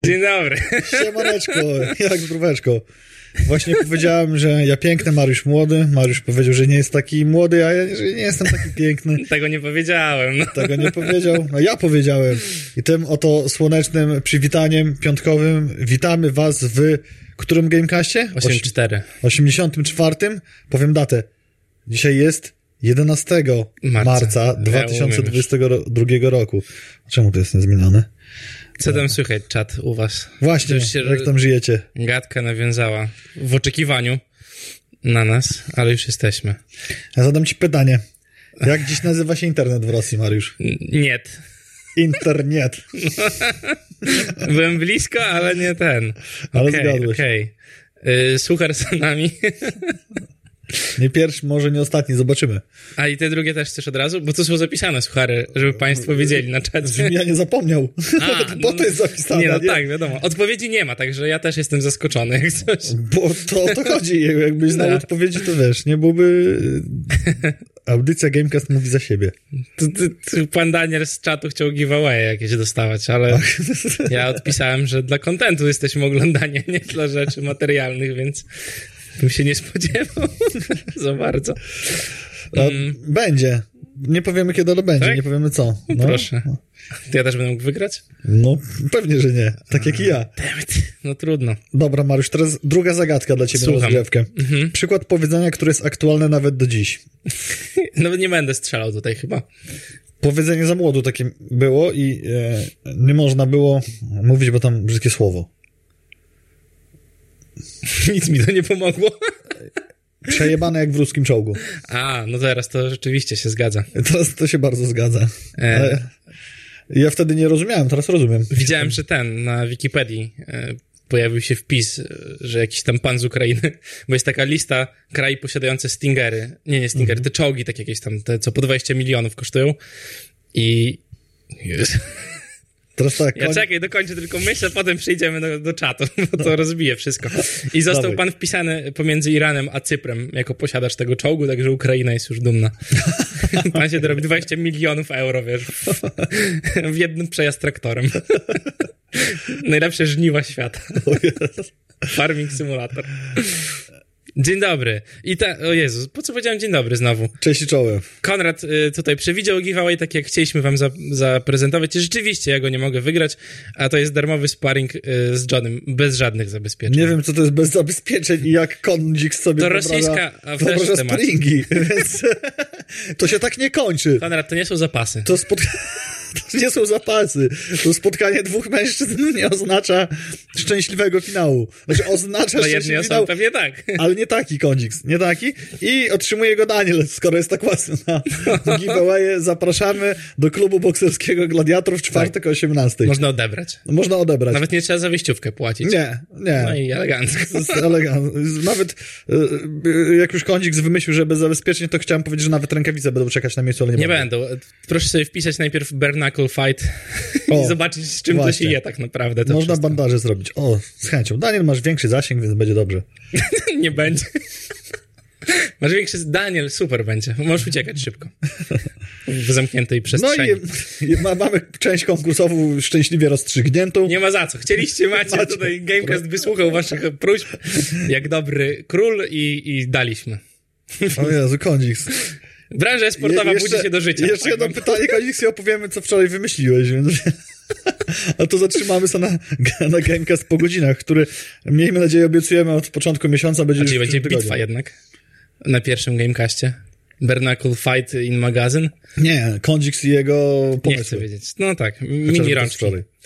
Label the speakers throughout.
Speaker 1: Dzień dobry.
Speaker 2: Siemaneczko, jak zdróweczko. Właśnie powiedziałem, że ja piękny, Mariusz młody. Mariusz powiedział, że nie jest taki młody, a ja że nie jestem taki piękny.
Speaker 1: Tego nie powiedziałem. No.
Speaker 2: Tego nie powiedział. No ja powiedziałem. I tym oto słonecznym przywitaniem piątkowym witamy was w którym Gamecastie?
Speaker 1: 84.
Speaker 2: 84. Powiem datę. Dzisiaj jest 11 marca 2022 roku. Czemu to jest niezmienione?
Speaker 1: Co tam słychać, czat, u was?
Speaker 2: Właśnie, jak tam żyjecie?
Speaker 1: Gadka nawiązała w oczekiwaniu na nas, ale już jesteśmy.
Speaker 2: Ja zadam ci pytanie. Jak dziś nazywa się internet w Rosji, Mariusz?
Speaker 1: Nie.
Speaker 2: Internet.
Speaker 1: Byłem blisko, ale nie ten.
Speaker 2: Ale zgadłeś.
Speaker 1: Okej. Suchar za nami.
Speaker 2: Nie pierwszy, może nie ostatni, zobaczymy.
Speaker 1: A i te drugie też chcesz od razu? Bo to są zapisane suchary, żeby państwo wiedzieli na czacie.
Speaker 2: Ja nie zapomniał, bo to jest zapisane.
Speaker 1: Nie, no tak, wiadomo. Odpowiedzi nie ma, także ja też jestem zaskoczony, jak coś.
Speaker 2: Bo to o to chodzi. Jakbyś znał odpowiedzi, to wiesz, nie byłoby... Audycja Gamecast mówi za siebie.
Speaker 1: Pan Daniel z czatu chciał giveaway jakieś dostawać, ale ja odpisałem, że dla kontentu jesteśmy oglądani, nie dla rzeczy materialnych, więc bym się nie spodziewał za bardzo.
Speaker 2: Będzie. Nie powiemy kiedy, ale będzie. Tak? Nie powiemy co.
Speaker 1: No. Proszę. To ja też będę mógł wygrać?
Speaker 2: No, pewnie, że nie. Tak jak i ja.
Speaker 1: No trudno.
Speaker 2: Dobra, Mariusz, teraz druga zagadka dla ciebie na rozgrywkę. Przykład powiedzenia, które jest aktualne nawet do dziś.
Speaker 1: Nawet nie będę strzelał tutaj chyba.
Speaker 2: Powiedzenie za młodu takie było i nie można było mówić, bo tam brzydkie słowo.
Speaker 1: Nic mi to nie pomogło.
Speaker 2: Przejebane jak w ruskim czołgu.
Speaker 1: A, no teraz to rzeczywiście się zgadza.
Speaker 2: Teraz to się bardzo zgadza. Ale ja wtedy nie rozumiałem, teraz rozumiem.
Speaker 1: Widziałem, że na Wikipedii pojawił się wpis, że jakiś tam pan z Ukrainy, bo jest taka lista krajów posiadających Stingery. Nie Stingery, te czołgi takie jakieś tam, te co po 20 milionów kosztują. I...
Speaker 2: Teraz tak,
Speaker 1: ja czekaj, dokończę tylko myśl, a potem przejdziemy do czatu, bo to rozbije wszystko. I został pan wpisany pomiędzy Iranem a Cyprem jako posiadacz tego czołgu, także Ukraina jest już dumna. Pan się dorobi 20 milionów euro, wiesz, w jeden przejazd traktorem. Najlepsze żniwa świata. Farming Simulator. Dzień dobry. O Jezus, po co powiedziałem dzień dobry znowu?
Speaker 2: Cześć i czołem.
Speaker 1: Konrad tutaj przewidział giveaway, tak jak chcieliśmy wam zaprezentować. I rzeczywiście ja go nie mogę wygrać, a to jest darmowy sparring z Johnem, bez żadnych zabezpieczeń.
Speaker 2: Nie wiem, co to jest bez zabezpieczeń i jak Kondzik sobie
Speaker 1: to rosyjska
Speaker 2: wyobraża sparingi, więc to się tak nie kończy.
Speaker 1: Konrad, to nie są zapasy.
Speaker 2: To nie są zapasy. To spotkanie dwóch mężczyzn nie oznacza szczęśliwego finału. Znaczy oznacza szczęśliwy finał,
Speaker 1: pewnie tak.
Speaker 2: Ale nie taki Kondziks, nie taki. I otrzymuje go Daniel, skoro jest tak łatwo na giveaway. Zapraszamy do klubu bokserskiego Gladiator w czwartek o 18.
Speaker 1: Można odebrać.
Speaker 2: Można odebrać.
Speaker 1: Nawet nie trzeba za wyjściówkę płacić.
Speaker 2: Nie.
Speaker 1: No i elegancko.
Speaker 2: Nawet jak już Kondziks wymyślił, że bez zabezpieczeń, to chciałem powiedzieć, że nawet rękawice będą czekać na miejscu, ale nie
Speaker 1: będą. Proszę sobie wpisać najpierw Knuckle Fight i zobaczyć, z czym to się je tak naprawdę. To
Speaker 2: można bandaże zrobić. Z chęcią. Daniel, masz większy zasięg, więc będzie dobrze.
Speaker 1: Nie będzie. Masz większy... Daniel, super będzie. Możesz uciekać szybko. W zamkniętej przestrzeni.
Speaker 2: No i mamy część konkursową szczęśliwie rozstrzygniętą.
Speaker 1: Nie ma za co. Chcieliście, macie. Tutaj Gamecast wysłuchał waszych próśb jak dobry król i daliśmy.
Speaker 2: O Jezu, Kondziks.
Speaker 1: Branża esportowa budzi się do życia.
Speaker 2: Jeszcze jedno pytanie, Kondziks, i opowiemy, co wczoraj wymyśliłeś. Więc... A to zatrzymamy sobie na Gamecast po godzinach, który, miejmy nadzieję, obiecujemy od początku miesiąca.
Speaker 1: Czyli będzie bitwa jednak na pierwszym Gamecastie? Bernacle Fight in Magazine?
Speaker 2: Nie, Kondziks i jego pomysły.
Speaker 1: Nie chcę wiedzieć. No tak, mini rączki.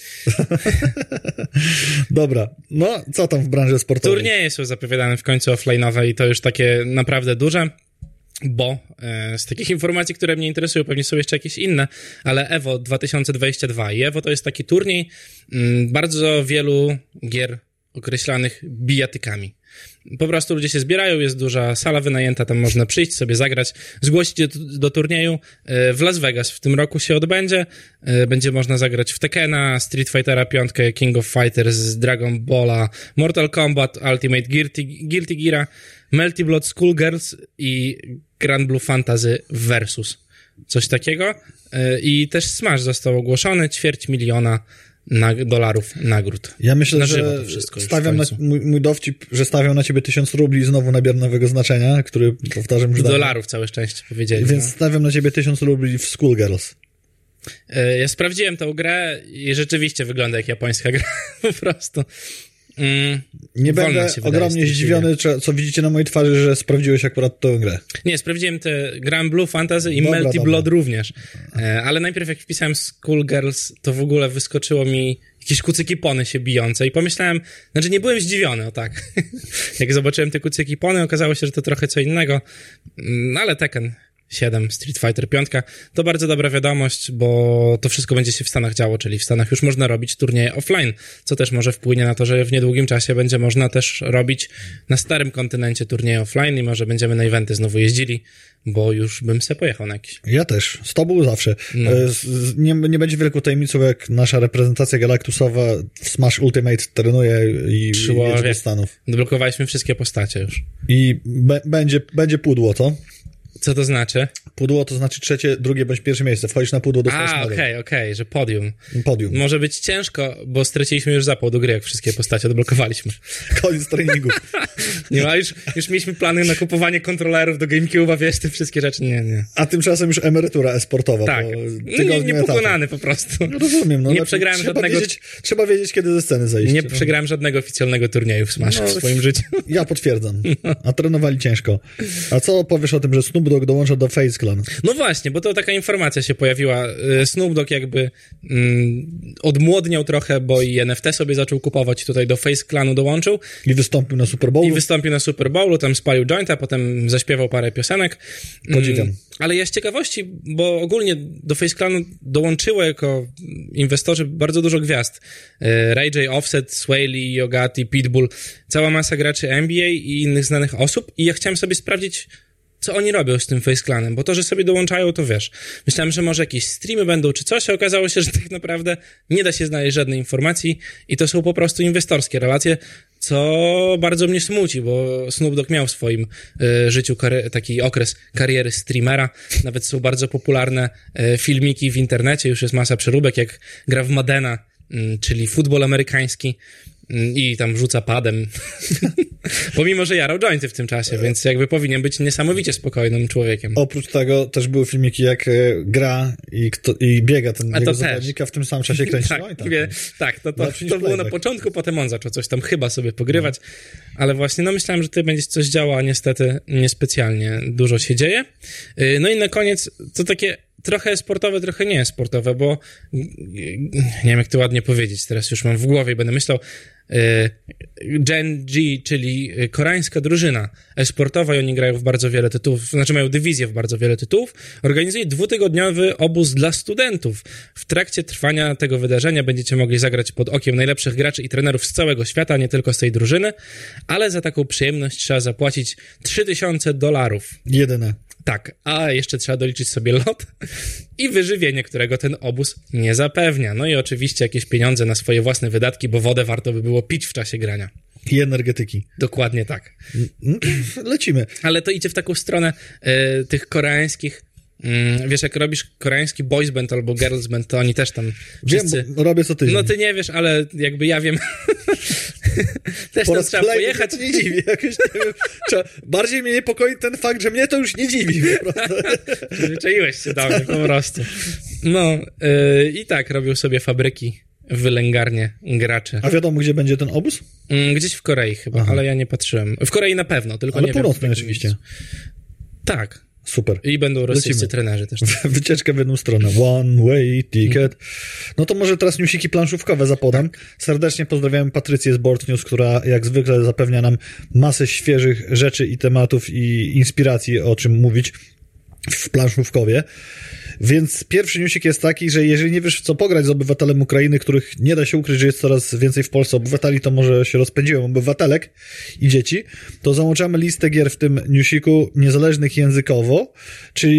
Speaker 2: Dobra, no co tam w branży sportowej?
Speaker 1: Turnieje są zapowiadane w końcu offline'owe i to już takie naprawdę duże. Bo z takich informacji, które mnie interesują, pewnie są jeszcze jakieś inne, ale EVO 2022 i EVO to jest taki turniej bardzo wielu gier określanych bijatykami. Po prostu ludzie się zbierają, jest duża sala wynajęta, tam można przyjść sobie, zagrać, zgłosić się do turnieju. W Las Vegas w tym roku się odbędzie. Będzie można zagrać w Tekkena, Street Fightera 5, King of Fighters, Dragon Balla, Mortal Kombat, Ultimate Guilty Gear, Melty Blood Schoolgirls i Grand Blue Fantasy Versus. Coś takiego. I też Smash został ogłoszony, $250,000 dolarów nagród.
Speaker 2: Ja myślę,
Speaker 1: na żywo
Speaker 2: że
Speaker 1: to wszystko
Speaker 2: stawiam mój dowcip, że stawiam na ciebie 1000 rubli, znowu nabiera nowego znaczenia, który powtarzam już
Speaker 1: dolarów, całe szczęście powiedzieli.
Speaker 2: Więc stawiam na ciebie 1000 rubli w Schoolgirls.
Speaker 1: Ja sprawdziłem tę grę i rzeczywiście wygląda jak japońska gra, po prostu.
Speaker 2: Nie będę ogromnie zdziwiony, co widzicie na mojej twarzy, że sprawdziłeś akurat tę grę.
Speaker 1: Nie, sprawdziłem grałem Blue Fantasy i Melty Blood również. Ale najpierw jak wpisałem Schoolgirls, to w ogóle wyskoczyło mi jakieś kucyki pony się bijące i pomyślałem, znaczy nie byłem zdziwiony, o tak. Jak zobaczyłem te kucyki pony, okazało się, że to trochę co innego, ale Tekken 7, Street Fighter 5, to bardzo dobra wiadomość, bo to wszystko będzie się w Stanach działo, czyli w Stanach już można robić turnieje offline, co też może wpłynie na to, że w niedługim czasie będzie można też robić na starym kontynencie turnieje offline i może będziemy na eventy znowu jeździli, bo już bym se pojechał na jakiś.
Speaker 2: Ja też, z tobą zawsze. No. Nie będzie wielką tajemnicą, jak nasza reprezentacja galaktusowa w Smash Ultimate trenuje i jedzie do Stanów.
Speaker 1: Odblokowaliśmy wszystkie postacie już.
Speaker 2: I będzie pudło, co?
Speaker 1: Co to znaczy?
Speaker 2: Pudło to znaczy trzecie, drugie bądź pierwsze miejsce. Wchodzisz na pudło do
Speaker 1: okej, że podium.
Speaker 2: Podium.
Speaker 1: Może być ciężko, bo straciliśmy już zapał do gry, jak wszystkie postacie odblokowaliśmy.
Speaker 2: Koniec treningu.
Speaker 1: Nie ma, już mieliśmy plany na kupowanie kontrolerów do GameCube'a, wiesz, te wszystkie rzeczy, nie.
Speaker 2: A tymczasem już emerytura esportowa.
Speaker 1: Tak, niepokonany po prostu.
Speaker 2: Rozumiem. No,
Speaker 1: nie przegrałem żadnego...
Speaker 2: Trzeba wiedzieć, kiedy ze sceny zejść.
Speaker 1: Nie przegrałem żadnego oficjalnego turnieju w Smash w swoim życiu.
Speaker 2: Ja potwierdzam. A trenowali ciężko. A co powiesz o tym, że Snoop Dogg dołącza do Face Clan?
Speaker 1: No właśnie, bo to taka informacja się pojawiła. Snoop Dogg jakby odmłodniał trochę, bo i NFT sobie zaczął kupować i tutaj do Face Clanu dołączył.
Speaker 2: I wystąpił na Super Bowlu.
Speaker 1: Tam spalił jointa, potem zaśpiewał parę piosenek.
Speaker 2: Podziwiam.
Speaker 1: Ale ja z ciekawości, bo ogólnie do Face Clanu dołączyło jako inwestorzy bardzo dużo gwiazd. Ray J, Offset, Sway Lee, Yogati, Pitbull, cała masa graczy NBA i innych znanych osób i ja chciałem sobie sprawdzić, co oni robią z tym Face Clanem, bo to, że sobie dołączają, to wiesz. Myślałem, że może jakieś streamy będą czy coś, a okazało się, że tak naprawdę nie da się znaleźć żadnej informacji i to są po prostu inwestorskie relacje, co bardzo mnie smuci, bo Snoop Dogg miał w swoim życiu taki okres kariery streamera. Nawet są bardzo popularne filmiki w internecie, już jest masa przeróbek, jak gra w Maddena, czyli futbol amerykański i tam rzuca padem. Pomimo, że jarał jointy w tym czasie, więc jakby powinien być niesamowicie spokojnym człowiekiem.
Speaker 2: Oprócz tego też były filmiki, jak gra i biega ten jego zawodnik, a w tym samym czasie kręci jointa.
Speaker 1: Tak, to było na początku, potem on zaczął coś tam chyba sobie pogrywać, ale właśnie, no myślałem, że tutaj będzie coś działo, a niestety niespecjalnie dużo się dzieje. No i na koniec to takie trochę sportowe, trochę nie sportowe, bo nie wiem, jak to ładnie powiedzieć, teraz już mam w głowie i będę myślał. Gen G, czyli koreańska drużyna sportowa i oni grają w bardzo wiele tytułów, znaczy mają dywizję w bardzo wiele tytułów, organizuje 2-tygodniowy obóz dla studentów. W trakcie trwania tego wydarzenia będziecie mogli zagrać pod okiem najlepszych graczy i trenerów z całego świata, nie tylko z tej drużyny, ale za taką przyjemność trzeba zapłacić $3000.
Speaker 2: Jedyne.
Speaker 1: Tak, a jeszcze trzeba doliczyć sobie lot i wyżywienie, którego ten obóz nie zapewnia. No i oczywiście jakieś pieniądze na swoje własne wydatki, bo wodę warto by było pić w czasie grania.
Speaker 2: I energetyki.
Speaker 1: Dokładnie tak.
Speaker 2: Lecimy.
Speaker 1: Ale to idzie w taką stronę tych koreańskich. Wiesz, jak robisz koreański boys band albo girls band, to oni też tam wszyscy...
Speaker 2: Wiem, bo robię co tydzień.
Speaker 1: No ty nie wiesz, ale jakby ja wiem. Też tam trzeba pojechać.
Speaker 2: To nie dziwi. Jakoś, nie wiem, bardziej mnie niepokoi ten fakt, że mnie to już nie dziwi.
Speaker 1: Zwyczaiłeś się do mnie, po prostu. No, i tak robią sobie fabryki, wylęgarnie graczy.
Speaker 2: A wiadomo, gdzie będzie ten obóz?
Speaker 1: Gdzieś w Korei chyba, ale ja nie patrzyłem. W Korei na pewno, tylko
Speaker 2: ale
Speaker 1: nie
Speaker 2: północnej
Speaker 1: wiem.
Speaker 2: oczywiście.
Speaker 1: Tak.
Speaker 2: Super.
Speaker 1: I będą rosyjscy trenerzy też.
Speaker 2: Wycieczkę w jedną stronę. One way ticket. No to może teraz newsiki planszówkowe zapodam. Serdecznie pozdrawiam Patrycję z Board News, która jak zwykle zapewnia nam masę świeżych rzeczy i tematów i inspiracji, o czym mówić w planszówkowie. Więc pierwszy newsik jest taki, że jeżeli nie wiesz, w co pograć z obywatelem Ukrainy, których nie da się ukryć, że jest coraz więcej w Polsce obywateli, to może się rozpędziłem obywatelek i dzieci, to załączamy listę gier w tym newsiku niezależnych językowo, czyli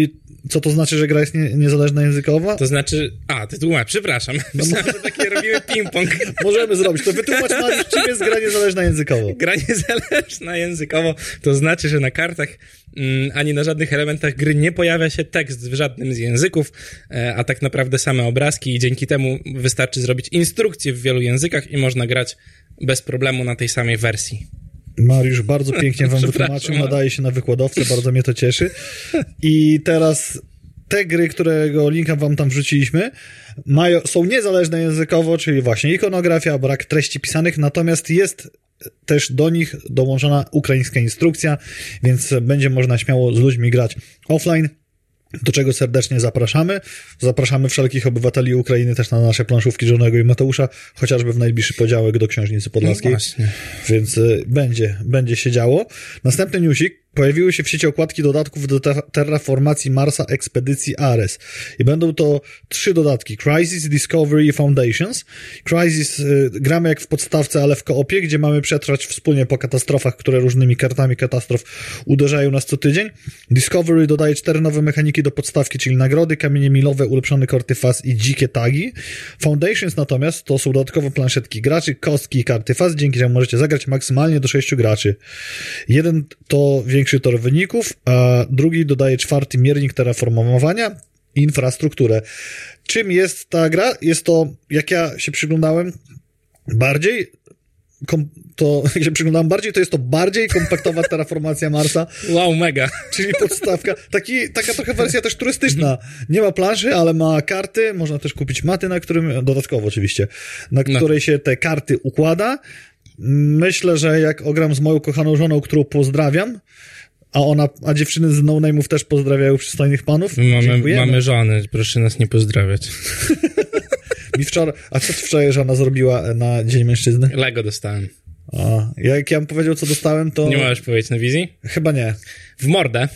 Speaker 2: Co to znaczy, że gra jest niezależna językowo?
Speaker 1: To znaczy... ty tłumacz, przepraszam. Myślałem, że takie robimy ping-pong.
Speaker 2: Możemy zrobić. To wytłumacz nam, czym jest gra niezależna językowo.
Speaker 1: Gra niezależna językowo to znaczy, że na kartach ani na żadnych elementach gry nie pojawia się tekst w żadnym z języków, a tak naprawdę same obrazki i dzięki temu wystarczy zrobić instrukcję w wielu językach i można grać bez problemu na tej samej wersji.
Speaker 2: Mariusz bardzo pięknie wam wytłumaczył, nadaje się na wykładowcę, bardzo mnie to cieszy. I teraz te gry, którego linka wam tam wrzuciliśmy, są niezależne językowo, czyli właśnie ikonografia, brak treści pisanych, natomiast jest też do nich dołączona ukraińska instrukcja, więc będzie można śmiało z ludźmi grać offline, do czego serdecznie zapraszamy. Zapraszamy wszelkich obywateli Ukrainy też na nasze planszówki Żonego i Mateusza, chociażby w najbliższy podziałek do Książnicy Podlaskiej.
Speaker 1: No właśnie.
Speaker 2: Więc będzie się działo. Następny newsik. Pojawiły się w sieci okładki dodatków do terraformacji Marsa Ekspedycji Ares. I będą to 3 dodatki. Crisis, Discovery i Foundations. Crisis gramy jak w podstawce, ale w koopie, gdzie mamy przetrwać wspólnie po katastrofach, które różnymi kartami katastrof uderzają nas co tydzień. Discovery dodaje 4 nowe mechaniki do podstawki, czyli nagrody, kamienie milowe, ulepszone karty faz i dzikie tagi. Foundations natomiast to są dodatkowe planszetki graczy, kostki i karty faz, dzięki czemu możecie zagrać maksymalnie do 6 graczy. Jeden to większy tor wyników, a drugi dodaje 4 miernik terraformowania i infrastrukturę. Czym jest ta gra? Jest to, jak ja się przyglądałem, to jest to bardziej kompaktowa terraformacja Marsa.
Speaker 1: Wow, mega.
Speaker 2: Czyli podstawka. Taka trochę wersja też turystyczna. Nie ma planszy, ale ma karty. Można też kupić maty, na którym, dodatkowo oczywiście, na której się te karty układa. Myślę, że jak ogram z moją kochaną żoną, którą pozdrawiam, a dziewczyny z no-name'ów też pozdrawiają przystojnych panów.
Speaker 1: Mamy żony, proszę nas nie pozdrawiać.
Speaker 2: A co wczoraj żona zrobiła na Dzień Mężczyzny?
Speaker 1: Lego dostałem.
Speaker 2: Jak ja bym powiedział, co dostałem, to...
Speaker 1: Nie możesz powiedzieć na wizji?
Speaker 2: Chyba nie.
Speaker 1: W mordę.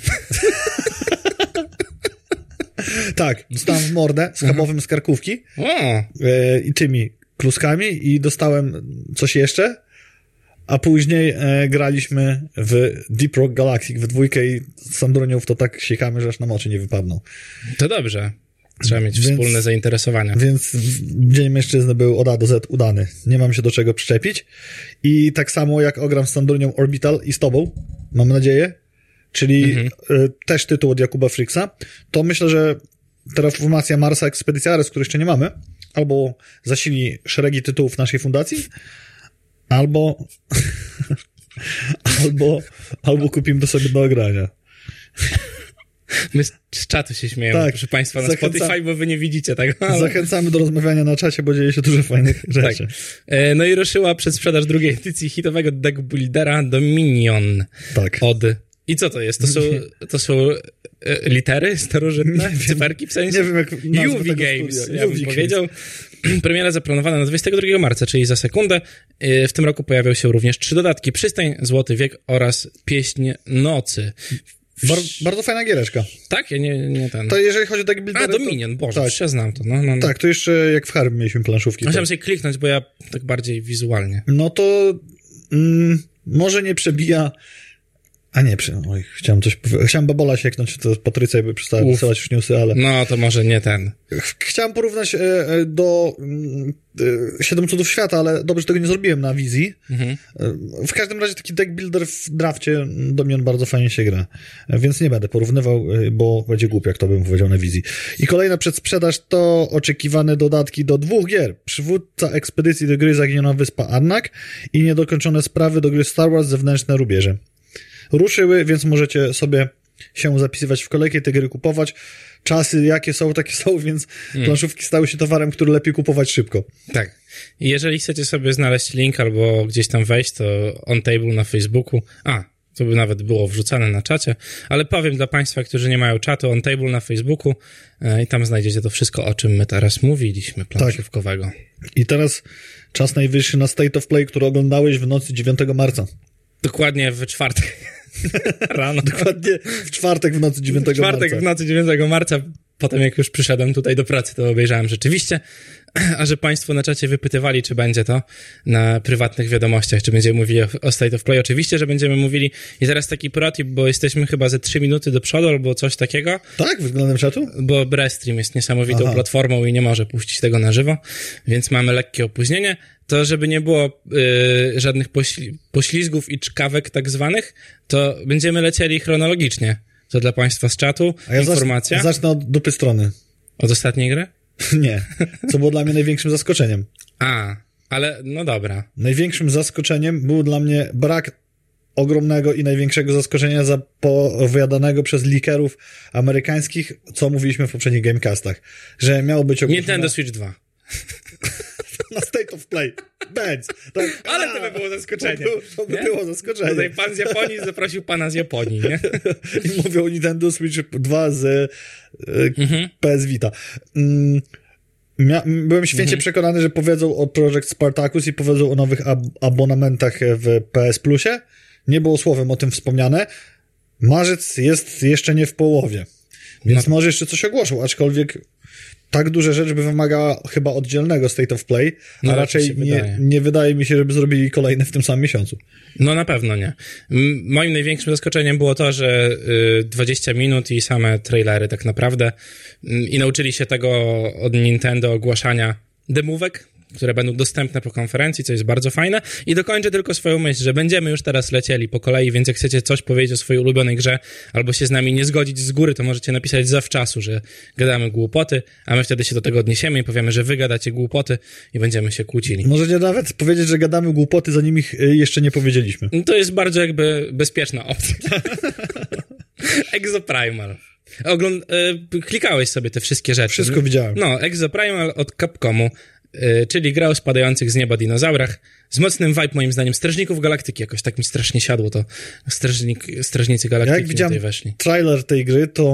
Speaker 2: Tak, dostałem w mordę schabowym z karkówki i tymi kluskami i dostałem coś jeszcze, a później graliśmy w Deep Rock Galactic w 2 i z Sandronią w to tak siekamy, że aż nam oczy nie wypadną.
Speaker 1: To dobrze. Trzeba mieć wspólne zainteresowania.
Speaker 2: Więc Dzień Mężczyzny był od A do Z udany. Nie mam się do czego przyczepić. I tak samo jak ogram z Sandronią Orbital i z tobą, mam nadzieję, czyli też tytuł od Jakuba Fricksa, to myślę, że terraformacja Marsa Ekspedycja Ares, której jeszcze nie mamy, albo zasili szeregi tytułów naszej fundacji, albo kupimy to sobie do ogrania.
Speaker 1: My z czatu się śmiejemy, tak, proszę państwa, na Spotify, bo wy nie widzicie tego. Ale...
Speaker 2: Zachęcamy do rozmawiania na czacie, bo dzieje się dużo fajnych rzeczy.
Speaker 1: Tak. No i ruszyła przedsprzedaż drugiej edycji hitowego deck buildera Dominion.
Speaker 2: Tak.
Speaker 1: I co to jest? To są litery starożytne? Cyferki w sensie?
Speaker 2: Nie wiem, jak
Speaker 1: UV Games, ja bym powiedział. Premiera zaplanowana na 22 marca, czyli za sekundę. W tym roku pojawią się również 3 dodatki. Przystań, Złoty Wiek oraz Pieśń Nocy.
Speaker 2: Bardzo fajna giereczka.
Speaker 1: Tak? Ja nie ten...
Speaker 2: To jeżeli chodzi o deck buildery...
Speaker 1: Dominion, Boże, tak. Ja znam to. No.
Speaker 2: Tak, to jeszcze jak w Harbi mieliśmy planszówki.
Speaker 1: Musiałem sobie kliknąć, bo ja tak bardziej wizualnie.
Speaker 2: No to może nie przebija... Chciałem Babola sieknąć, to Patrycja by przestała wysyłać już newsy, ale...
Speaker 1: No, to może nie ten.
Speaker 2: Chciałem porównać do 7 Cudów Świata, ale dobrze, że tego nie zrobiłem na wizji. W każdym razie taki deck builder w drafcie Dominion bardzo fajnie się gra, więc nie będę porównywał, bo będzie głupio, jak to bym powiedział na wizji. I kolejna przedsprzedaż to oczekiwane dodatki do 2 gier. Przywódca ekspedycji do gry Zaginiona Wyspa Arnak i niedokończone sprawy do gry Star Wars Zewnętrzne Rubieże. Ruszyły, więc możecie sobie się zapisywać w kolejkę i te gry kupować. Czasy jakie są, takie są, więc planszówki stały się towarem, który lepiej kupować szybko.
Speaker 1: Tak. I jeżeli chcecie sobie znaleźć link albo gdzieś tam wejść, to On Table na Facebooku. To by nawet było wrzucane na czacie, ale powiem dla państwa, którzy nie mają czatu, On Table na Facebooku i tam znajdziecie to wszystko, o czym my teraz mówiliśmy, planszówkowego.
Speaker 2: Tak. I teraz czas najwyższy na State of Play, który oglądałeś w nocy 9 marca.
Speaker 1: Dokładnie w czwartek rano.
Speaker 2: Dokładnie w czwartek w nocy 9 marca.
Speaker 1: W czwartek w nocy 9 marca potem jak już przyszedłem tutaj do pracy, to obejrzałem rzeczywiście, a że państwo na czacie wypytywali, czy będzie to na prywatnych wiadomościach, czy będziemy mówili o State of Play. Oczywiście, że będziemy mówili i teraz taki protip, bo jesteśmy chyba ze 3 minuty do przodu albo coś takiego.
Speaker 2: Tak? Względem czatu?
Speaker 1: Bo Brestream jest niesamowitą platformą i nie może puścić tego na żywo, więc mamy lekkie opóźnienie. To, żeby nie było żadnych poślizgów i czkawek tak zwanych, to będziemy lecieli chronologicznie. To dla państwa z czatu informacja.
Speaker 2: Zacznę od dupy strony.
Speaker 1: Od ostatniej gry?
Speaker 2: Nie. Co było dla mnie największym zaskoczeniem.
Speaker 1: Ale no dobra.
Speaker 2: Największym zaskoczeniem był dla mnie brak ogromnego i największego zaskoczenia zapowiadanego przez leakerów amerykańskich, co mówiliśmy w poprzednich Gamecastach, że miało być ogłoszone...
Speaker 1: Nintendo Switch 2.
Speaker 2: Na State of Play. Benz. Tak.
Speaker 1: Ale to by było zaskoczenie.
Speaker 2: To by było zaskoczenie.
Speaker 1: Tutaj pan z Japonii zaprosił pana z Japonii, nie?
Speaker 2: I mówią o Nintendo Switch 2 z PS Vita. Byłem święcie przekonany, że powiedzą o Project Spartacus i powiedzą o nowych abonamentach w PS Plusie. Nie było słowem o tym wspomniane. Marzec jest jeszcze nie w połowie. Więc może jeszcze coś ogłoszą, aczkolwiek tak duża rzecz by wymagała chyba oddzielnego State of Play, a raczej nie wydaje mi się, żeby zrobili kolejne w tym samym miesiącu.
Speaker 1: No na pewno nie. Moim największym zaskoczeniem było to, że 20 minut i same trailery tak naprawdę i nauczyli się tego od Nintendo ogłaszania demówek, które będą dostępne po konferencji, co jest bardzo fajne. I dokończę tylko swoją myśl, że będziemy już teraz lecieli po kolei, więc jak chcecie coś powiedzieć o swojej ulubionej grze, albo się z nami nie zgodzić z góry, to możecie napisać zawczasu, że gadamy głupoty, a my wtedy się do tego odniesiemy i powiemy, że wy gadacie głupoty i będziemy się kłócili.
Speaker 2: Możecie nawet powiedzieć, że gadamy głupoty, zanim ich jeszcze nie powiedzieliśmy.
Speaker 1: To jest bardzo jakby bezpieczna opcja. Exoprimal. Klikałeś sobie te wszystkie rzeczy.
Speaker 2: Wszystko widziałem.
Speaker 1: No, Exoprimal od Capcomu, czyli gra o spadających z nieba dinozaurach, z mocnym vibe, moim zdaniem, Strażników Galaktyki. Jakoś tak mi strasznie siadło to. Strażnicy Galaktyki
Speaker 2: jak widziałem
Speaker 1: tutaj weszli.
Speaker 2: Trailer tej gry, to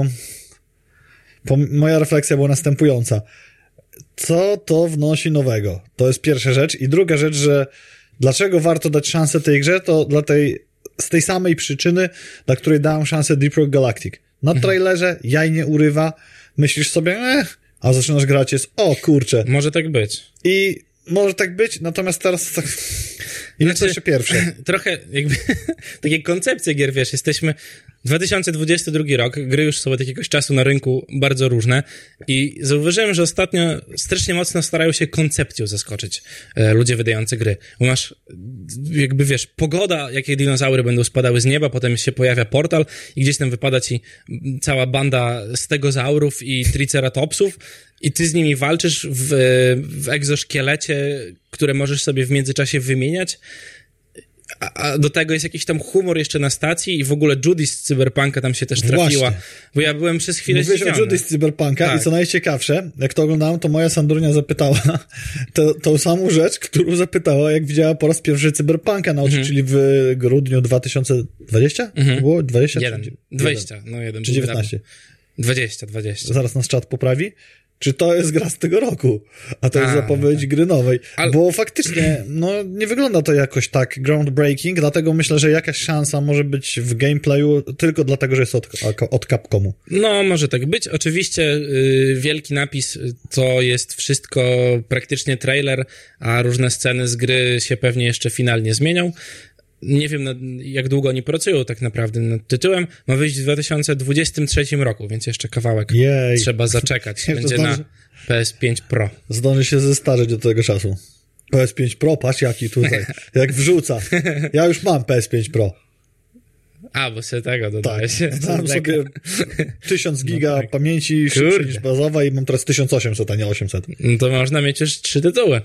Speaker 2: moja refleksja była następująca. Co to wnosi nowego? To jest pierwsza rzecz. I druga rzecz, że dlaczego warto dać szansę tej grze, to z tej samej przyczyny, dla której dałem szansę Deep Rock Galactic. Na trailerze jaj nie urywa, myślisz sobie, a zaczynasz grać, jest, o kurczę.
Speaker 1: Może tak być.
Speaker 2: I może tak być, natomiast teraz to się pierwsze.
Speaker 1: Trochę jakby takie koncepcje gier, wiesz, jesteśmy 2022 rok, gry już są od jakiegoś czasu na rynku bardzo różne i zauważyłem, że ostatnio strasznie mocno starają się koncepcją zaskoczyć ludzie wydający gry. Bo masz jakby, wiesz, pogoda, jakie dinozaury będą spadały z nieba, potem się pojawia portal i gdzieś tam wypada ci cała banda stegozaurów i triceratopsów i ty z nimi walczysz w egzoszkielecie, które możesz sobie w międzyczasie wymieniać. A do tego jest jakiś tam humor jeszcze na stacji i w ogóle Judy z Cyberpunka tam się też trafiła. Właśnie. Bo ja byłem przez chwilę
Speaker 2: zdziwiony. Mówiłeś o Judy z Cyberpunka tak. I co najciekawsze, jak to oglądałem, to moja Sandrunia zapytała tą samą rzecz, którą zapytała, jak widziała po raz pierwszy Cyberpunka na oczy, czyli w grudniu 2020? To było? 20?
Speaker 1: 20. No jeden.
Speaker 2: Czy 19?
Speaker 1: 20.
Speaker 2: Zaraz nas czat poprawi. Czy to jest gra z tego roku? A to jest zapowiedź gry nowej. Bo faktycznie, nie wygląda to jakoś tak groundbreaking, dlatego myślę, że jakaś szansa może być w gameplayu tylko dlatego, że jest od Capcomu.
Speaker 1: No, może tak być. Oczywiście wielki napis to jest wszystko praktycznie trailer, a różne sceny z gry się pewnie jeszcze finalnie zmienią. Nie wiem, jak długo oni pracują tak naprawdę nad tytułem. Ma wyjść w 2023 roku, więc jeszcze kawałek trzeba zaczekać. Będzie na PS5 Pro.
Speaker 2: Zdąży się zestarzeć do tego czasu. PS5 Pro, patrz jaki tutaj, jak wrzuca. Ja już mam PS5 Pro.
Speaker 1: Bo sobie tego dodałeś.
Speaker 2: Tak, dałem sobie 1000 giga pamięci szybciej niż bazowa i mam teraz 1800, a nie 800.
Speaker 1: No to można mieć już 3 tytuły.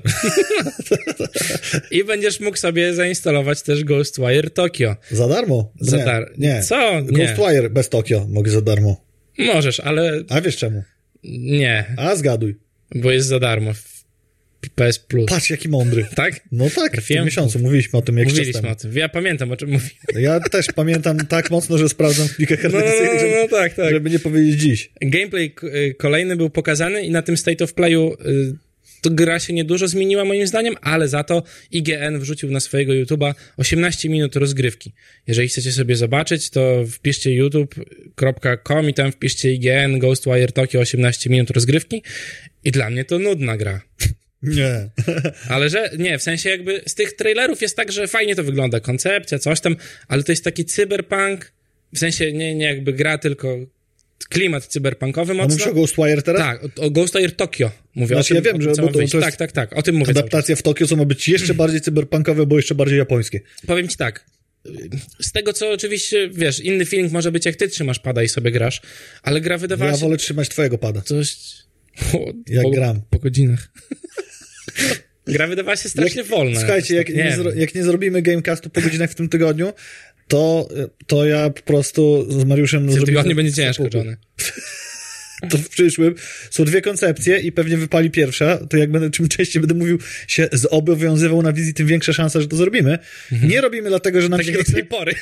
Speaker 1: I będziesz mógł sobie zainstalować też Ghostwire Tokyo.
Speaker 2: Za darmo? Nie.
Speaker 1: Co?
Speaker 2: Ghostwire bez Tokyo mogę za darmo.
Speaker 1: Możesz, ale...
Speaker 2: A wiesz czemu?
Speaker 1: Nie.
Speaker 2: A zgaduj.
Speaker 1: Bo jest za darmo w PS Plus.
Speaker 2: Patrz, jaki mądry.
Speaker 1: Tak?
Speaker 2: No tak, w tym miesiącu mówiliśmy o tym jakiś czas temu.
Speaker 1: O tym. Ja pamiętam, o czym mówiłem.
Speaker 2: Ja też pamiętam tak mocno, że sprawdzam w plikach redakcyjnych,
Speaker 1: tak.
Speaker 2: żeby nie powiedzieć dziś.
Speaker 1: Gameplay kolejny był pokazany i na tym State of Playu to gra się niedużo zmieniła moim zdaniem, ale za to IGN wrzucił na swojego YouTube'a 18 minut rozgrywki. Jeżeli chcecie sobie zobaczyć, to wpiszcie youtube.com i tam wpiszcie IGN Ghostwire Tokyo 18 minut rozgrywki i dla mnie to nudna gra.
Speaker 2: Nie.
Speaker 1: Ale nie, w sensie jakby z tych trailerów jest tak, że fajnie to wygląda, koncepcja, coś tam, ale to jest taki cyberpunk, w sensie nie jakby gra, tylko klimat cyberpunkowy mocno.
Speaker 2: Mówisz o Ghostwire teraz?
Speaker 1: Tak, o Ghostwire Tokyo mówię.
Speaker 2: Znaczy,
Speaker 1: o tym,
Speaker 2: ja wiem, że
Speaker 1: co ma
Speaker 2: bo to
Speaker 1: wyjść.
Speaker 2: jest
Speaker 1: Tak, o tym mówię.
Speaker 2: adaptacja w Tokio, co ma być jeszcze bardziej cyberpunkowe, bo jeszcze bardziej japońskie.
Speaker 1: Powiem ci tak, z tego co oczywiście, wiesz, inny feeling może być jak ty trzymasz pada i sobie grasz, ale gra wydawała
Speaker 2: Ja
Speaker 1: się...
Speaker 2: wolę trzymać twojego pada.
Speaker 1: Coś...
Speaker 2: Jak gram.
Speaker 1: Po godzinach. Gra wydawała się strasznie wolna.
Speaker 2: Słuchajcie, jak nie zrobimy Gamecastu po godzinach w tym tygodniu, to ja po prostu z Mariuszem...
Speaker 1: W tym tygodniu będzie ciężko, Johnny.
Speaker 2: To w przyszłym są dwie koncepcje i pewnie wypali pierwsza, to jak czym częściej będę mówił, się zobowiązywał na wizji, tym większa szansa, że to zrobimy. Nie robimy dlatego, że nam
Speaker 1: tak
Speaker 2: się...
Speaker 1: jak do tej pory.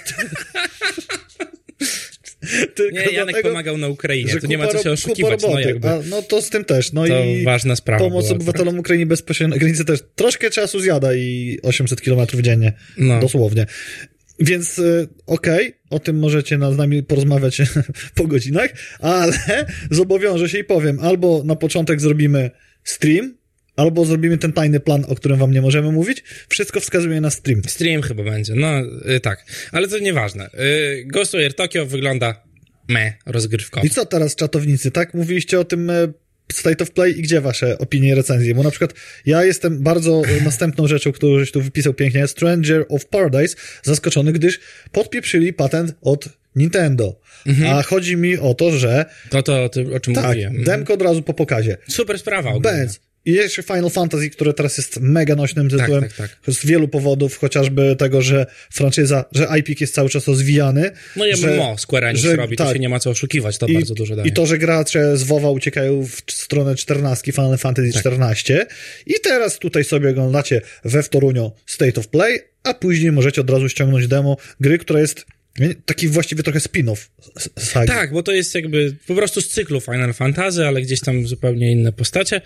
Speaker 1: Nie, Janek dlatego, pomagał na Ukrainie, to nie ma co się oszukiwać.
Speaker 2: No to z tym też. No
Speaker 1: to
Speaker 2: i
Speaker 1: ważna sprawa.
Speaker 2: Pomoc obywatelom Ukrainy bezpośrednio na granicy też troszkę czasu zjada i 800 kilometrów dziennie. Dosłownie. Więc okej, o tym możecie z nami porozmawiać po godzinach, ale zobowiążę się i powiem, albo na początek zrobimy stream, albo zrobimy ten tajny plan, o którym wam nie możemy mówić. Wszystko wskazuje na stream.
Speaker 1: Stream chyba będzie, tak. Ale to nieważne. Ghostwire Tokyo wygląda rozgrywkowo.
Speaker 2: I co teraz, czatownicy, tak? Mówiliście o tym State of Play i gdzie wasze opinie i recenzje? Bo na przykład ja jestem bardzo następną rzeczą, którą żeś tu wypisał pięknie, Stranger of Paradise, zaskoczony, gdyż podpieprzyli patent od Nintendo. A chodzi mi o to, że...
Speaker 1: To o czym mówiłem.
Speaker 2: Demko od razu po pokazie.
Speaker 1: Super sprawa ogólnie.
Speaker 2: I jeszcze Final Fantasy, które teraz jest mega nośnym tytułem
Speaker 1: tak.
Speaker 2: Z wielu powodów, chociażby tego, że franczyza, że IP jest cały czas rozwijany.
Speaker 1: No i MMO Square Enix robi, to się nie ma co oszukiwać, to bardzo dużo daje.
Speaker 2: I to, że gracze z WoWa uciekają w stronę 14, Final Fantasy 14 i teraz tutaj sobie oglądacie we Torunio State of Play, a później możecie od razu ściągnąć demo gry, która jest taki właściwie trochę spin-off sagi.
Speaker 1: Tak, bo to jest jakby po prostu z cyklu Final Fantasy, ale gdzieś tam zupełnie inne postacie.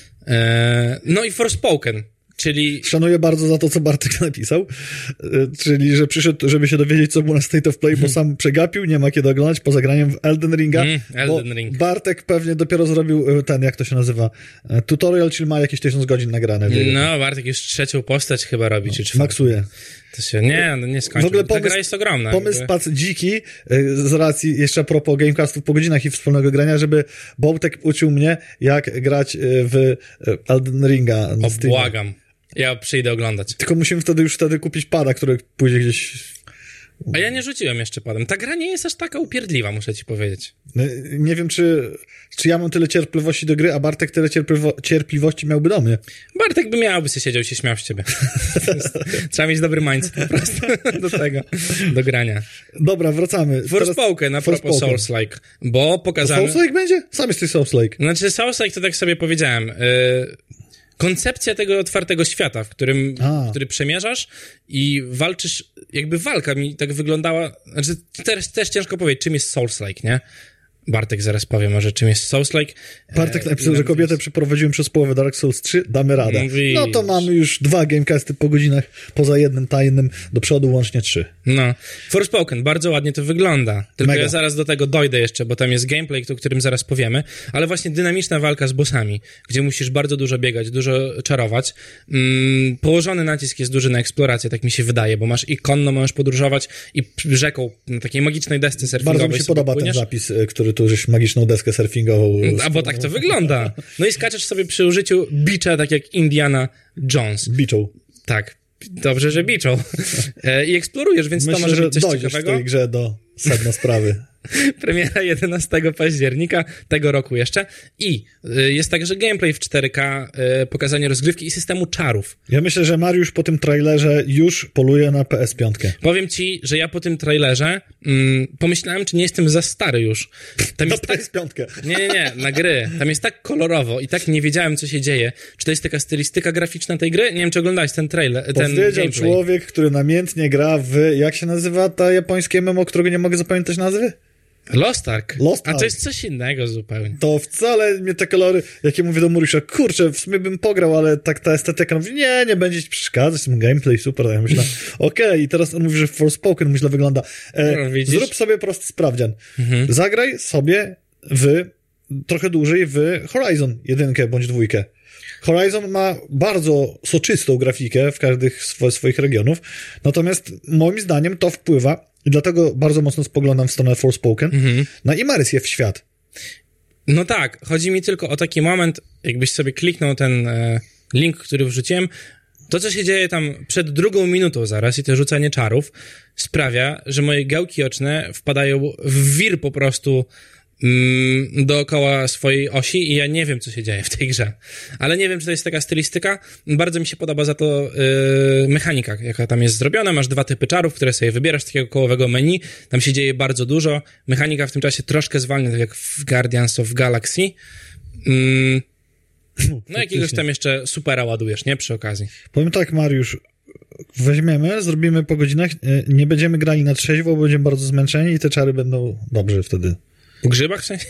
Speaker 1: No i Forspoken, czyli...
Speaker 2: Szanuję bardzo za to, co Bartek napisał, czyli, że przyszedł, żeby się dowiedzieć, co było na State of Play, bo sam przegapił, nie ma kiedy oglądać, poza graniem w Elden Ringa,
Speaker 1: Ring.
Speaker 2: Bartek pewnie dopiero zrobił ten, jak to się nazywa, tutorial, czyli ma jakieś 1000 godzin nagrane.
Speaker 1: No, Bartek już trzecią postać chyba robi, czy czwartą.
Speaker 2: Maksuje.
Speaker 1: To się nie skończy. W ogóle ta gra jest ogromna.
Speaker 2: Pomysł padł dziki, z racji jeszcze a propos Gamecastów po godzinach i wspólnego grania, żeby Bołtek uczył mnie, jak grać w Elden Ringa.
Speaker 1: Błagam. Ja przyjdę oglądać.
Speaker 2: Tylko musimy wtedy kupić pada, który pójdzie gdzieś...
Speaker 1: A ja nie rzuciłem jeszcze padem. Ta gra nie jest aż taka upierdliwa, muszę ci powiedzieć.
Speaker 2: Nie wiem, czy ja mam tyle cierpliwości do gry, a Bartek tyle cierpliwości miałby do mnie.
Speaker 1: Bartek by miał, by się siedział i się śmiał z ciebie. Trzeba mieć dobry mindset po prostu do tego, do grania.
Speaker 2: Dobra, wracamy.
Speaker 1: Forspoken, a propos Souls-like, bo pokazano...
Speaker 2: Souls-like będzie? Sam jesteś Souls-like.
Speaker 1: Znaczy Souls-like to tak sobie powiedziałem... Koncepcja tego otwartego świata, w który przemierzasz i walczysz, jakby walka mi tak wyglądała, znaczy też ciężko powiedzieć, czym jest Souls-like, nie? Bartek zaraz powie może, czym jest Souls-like.
Speaker 2: Bartek napisał, że kobietę przeprowadziłem przez połowę Dark Souls 3, damy radę. No to mamy już 2 gamecasty po godzinach, poza jednym tajnym, do przodu łącznie 3.
Speaker 1: No. Forspoken, bardzo ładnie to wygląda. Tylko
Speaker 2: Mega.
Speaker 1: Ja zaraz do tego dojdę jeszcze, bo tam jest gameplay, o którym zaraz powiemy, ale właśnie dynamiczna walka z bossami, gdzie musisz bardzo dużo biegać, dużo czarować. Położony nacisk jest duży na eksplorację, tak mi się wydaje, bo masz i konno możesz podróżować i rzeką na takiej magicznej desce surfingowej.
Speaker 2: Bardzo mi się podoba ten zapis, który tu żeś magiczną deskę surfingową...
Speaker 1: A bo tak to wygląda. No i skaczesz sobie przy użyciu bicza, tak jak Indiana Jones.
Speaker 2: Biczą.
Speaker 1: Tak. Dobrze, że biczą. I eksplorujesz, więc
Speaker 2: myślę,
Speaker 1: to może być coś
Speaker 2: ciekawego. Myślę, że w tej grze do sedna sprawy.
Speaker 1: Premiera 11 października tego roku jeszcze. I jest także gameplay w 4K, pokazanie rozgrywki i systemu czarów.
Speaker 2: Ja myślę, że Mariusz po tym trailerze już poluje na PS5.
Speaker 1: Powiem ci, że ja po tym trailerze pomyślałem, czy nie jestem za stary już. Tam
Speaker 2: na
Speaker 1: jest
Speaker 2: PS5.
Speaker 1: Nie, na gry. Tam jest tak kolorowo i tak nie wiedziałem, co się dzieje. Czy to jest taka stylistyka graficzna tej gry? Nie wiem, czy oglądałeś ten trailer, ten
Speaker 2: powiedział
Speaker 1: gameplay.
Speaker 2: Człowiek, który namiętnie gra w... Jak się nazywa ta japońskie MMO, którego nie mogę zapamiętać nazwy?
Speaker 1: Lost Ark.
Speaker 2: Lost
Speaker 1: A
Speaker 2: Ark.
Speaker 1: to jest coś innego zupełnie.
Speaker 2: To wcale mnie te kolory, jakie mówię do Muriusza, kurczę, w sumie bym pograł, ale tak ta estetyka, no mówi, nie będzie ci przeszkadzać, ten gameplay super, ja myślę, okej, i teraz on mówi, że Forspoken źle wygląda.
Speaker 1: Widzisz?
Speaker 2: Zrób sobie prosty sprawdzian. Zagraj sobie trochę dłużej w Horizon 1 bądź 2. Horizon ma bardzo soczystą grafikę w każdych swoich regionów, natomiast moim zdaniem to wpływa, i dlatego bardzo mocno spoglądam w stronę Forspoken, na imersję w świat.
Speaker 1: No tak, chodzi mi tylko o taki moment, jakbyś sobie kliknął ten link, który wrzuciłem, to, co się dzieje tam przed 2 minutą zaraz i to rzucanie czarów sprawia, że moje gałki oczne wpadają w wir po prostu dookoła swojej osi i ja nie wiem, co się dzieje w tej grze. Ale nie wiem, czy to jest taka stylistyka. Bardzo mi się podoba za to mechanika, jaka tam jest zrobiona. Masz 2 typy czarów, które sobie wybierasz z takiego kołowego menu. Tam się dzieje bardzo dużo. Mechanika w tym czasie troszkę zwalnia, tak jak w Guardians of Galaxy. No jakiegoś tam jeszcze supera ładujesz, nie? Przy okazji.
Speaker 2: Powiem tak, Mariusz, weźmiemy, zrobimy po godzinach, nie będziemy grali na trzeźwo, bo będziemy bardzo zmęczeni i te czary będą dobrze wtedy
Speaker 1: Po grzybach w sensie?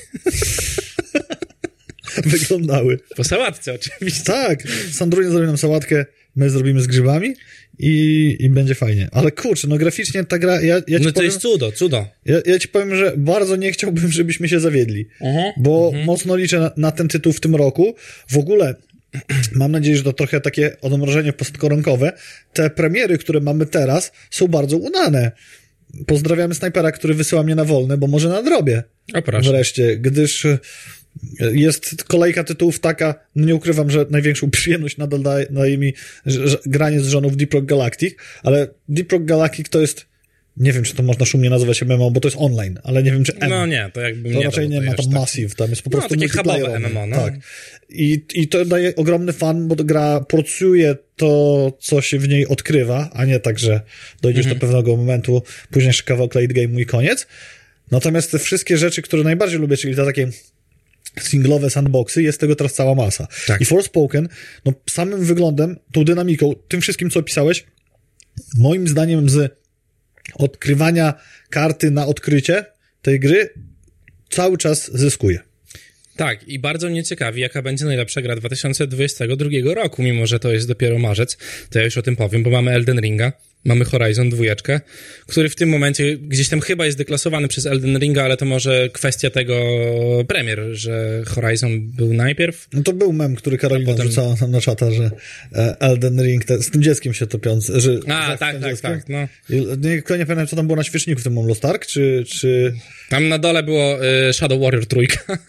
Speaker 2: wyglądały.
Speaker 1: Po sałatce oczywiście.
Speaker 2: Tak, Sandrunia zrobi nam sałatkę, my zrobimy z grzybami i będzie fajnie. Ale kurczę, no graficznie ta gra, ja ci
Speaker 1: No to
Speaker 2: powiem,
Speaker 1: jest cudo.
Speaker 2: Ja ci powiem, że bardzo nie chciałbym, żebyśmy się zawiedli, bo mocno liczę na ten tytuł w tym roku. W ogóle mam nadzieję, że to trochę takie odmrożenie postkoronkowe. Te premiery, które mamy teraz, są bardzo udane. Pozdrawiamy Snajpera, który wysyła mnie na wolne, bo może nadrobię.
Speaker 1: O proszę.
Speaker 2: Wreszcie, gdyż jest kolejka tytułów taka, no nie ukrywam, że największą przyjemność nadal daje mi granie z żoną w Deep Rock Galactic, ale Deep Rock Galactic to jest, nie wiem, czy to można szumnie nazywać MMO, bo to jest online, ale nie wiem, czy
Speaker 1: No nie, to jakby
Speaker 2: to
Speaker 1: nie
Speaker 2: raczej nie ma to
Speaker 1: tak.
Speaker 2: Massive, tam jest po prostu
Speaker 1: takie hubowe
Speaker 2: multiplayerowe.
Speaker 1: MMO, no.
Speaker 2: Tak. I to daje ogromny fan, bo gra porcuje to, co się w niej odkrywa, a nie tak, że dojdziesz do pewnego momentu, później jeszcze kawałek late game'u i koniec. Natomiast te wszystkie rzeczy, które najbardziej lubię, czyli te takie singlowe sandboxy, jest tego teraz cała masa.
Speaker 1: Tak.
Speaker 2: I Forspoken, no samym wyglądem, tą dynamiką, tym wszystkim, co opisałeś, moim zdaniem z odkrywania karty na odkrycie tej gry cały czas zyskuje.
Speaker 1: Tak, i bardzo mnie ciekawi, jaka będzie najlepsza gra 2022 roku, mimo że to jest dopiero marzec, to ja już o tym powiem, bo mamy Elden Ringa, mamy Horizon 2, który w tym momencie gdzieś tam chyba jest deklasowany przez Elden Ringa, ale to może kwestia tego premier, że Horizon był najpierw.
Speaker 2: No to był mem, który Karolina
Speaker 1: potem
Speaker 2: rzucała nam na czata, że Elden Ring, z tym dzieckiem się topiące, że...
Speaker 1: Tak, no.
Speaker 2: Nie pamiętam, co tam było na świeczniku w tym Lost Ark, czy...
Speaker 1: Tam na dole było Shadow Warrior 3.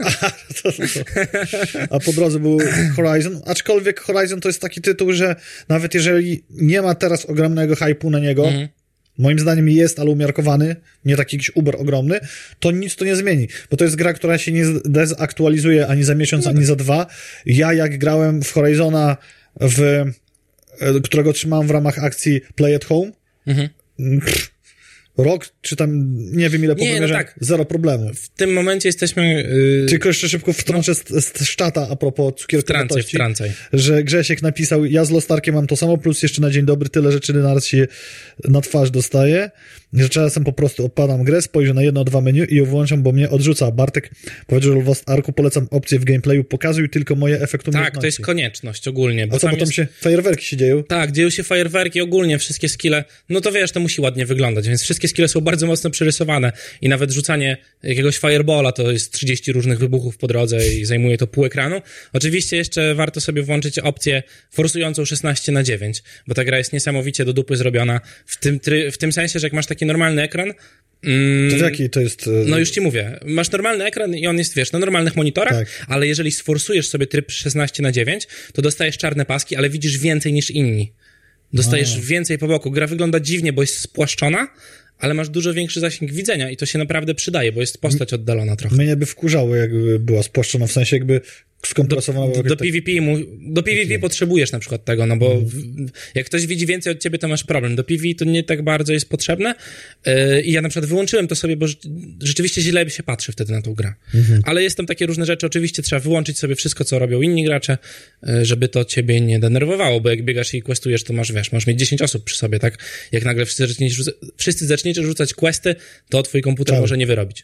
Speaker 2: A po drodze był Horizon, aczkolwiek Horizon to jest taki tytuł, że nawet jeżeli nie ma teraz ogromnego hype'u na niego, moim zdaniem jest, ale umiarkowany, nie taki jakiś uber ogromny, to nic to nie zmieni, bo to jest gra, która się nie dezaktualizuje ani za miesiąc, ani za 2. Ja jak grałem w Horizona, którego trzymałem w ramach akcji Play at Home, rok, czy tam nie wiem ile po premierze,
Speaker 1: tak.
Speaker 2: Zero problemu.
Speaker 1: W tym momencie jesteśmy...
Speaker 2: Tylko jeszcze szybko wtrącę z czata a propos cukierkowości,
Speaker 1: wtrącaj.
Speaker 2: że Grzesiek napisał, ja z Lost Arkiem mam to samo, plus jeszcze na dzień dobry tyle rzeczy naraz się na twarz dostaje, że czasem po prostu odpadam grę, spojrzę na 1-2 menu i ją wyłączam, bo mnie odrzuca. Bartek powiedział, że w Lost Arku polecam opcję w gameplayu, pokazuj tylko moje efekty.
Speaker 1: Tak, to jest konieczność ogólnie. Bo
Speaker 2: a co, bo tam się fajerwerki się dzieją?
Speaker 1: Tak, dzieją się fajerwerki ogólnie, wszystkie skille, no to wiesz, to musi ładnie wyglądać, więc wszystkie skille są bardzo mocno przerysowane i nawet rzucanie jakiegoś fireballa to jest 30 różnych wybuchów po drodze i zajmuje to pół ekranu. Oczywiście jeszcze warto sobie włączyć opcję forsującą 16:9, bo ta gra jest niesamowicie do dupy zrobiona w tym sensie, że jak masz taki normalny ekran,
Speaker 2: to w jaki to jest...
Speaker 1: No już ci mówię, masz normalny ekran i on jest, wiesz, na normalnych monitorach,
Speaker 2: tak.
Speaker 1: Ale jeżeli sforsujesz sobie tryb 16:9, to dostajesz czarne paski, ale widzisz więcej niż inni. Dostajesz więcej po boku. Gra wygląda dziwnie, bo jest spłaszczona, ale masz dużo większy zasięg widzenia i to się naprawdę przydaje, bo jest postać oddalona trochę.
Speaker 2: Mnie by wkurzało, jakby była spłaszczona, w sensie jakby skompresowana.
Speaker 1: Do PvP potrzebujesz na przykład tego, no bo jak ktoś widzi więcej od ciebie, to masz problem. Do PvP to nie tak bardzo jest potrzebne i ja na przykład wyłączyłem to sobie, bo rzeczywiście źle się patrzy wtedy na tą grę. Ale jest tam takie różne rzeczy, oczywiście trzeba wyłączyć sobie wszystko, co robią inni gracze, żeby to ciebie nie denerwowało, bo jak biegasz i questujesz, to masz mieć 10 osób przy sobie, tak? Jak nagle wszyscy zaczniecie rzucać questy, to twój komputer może nie wyrobić.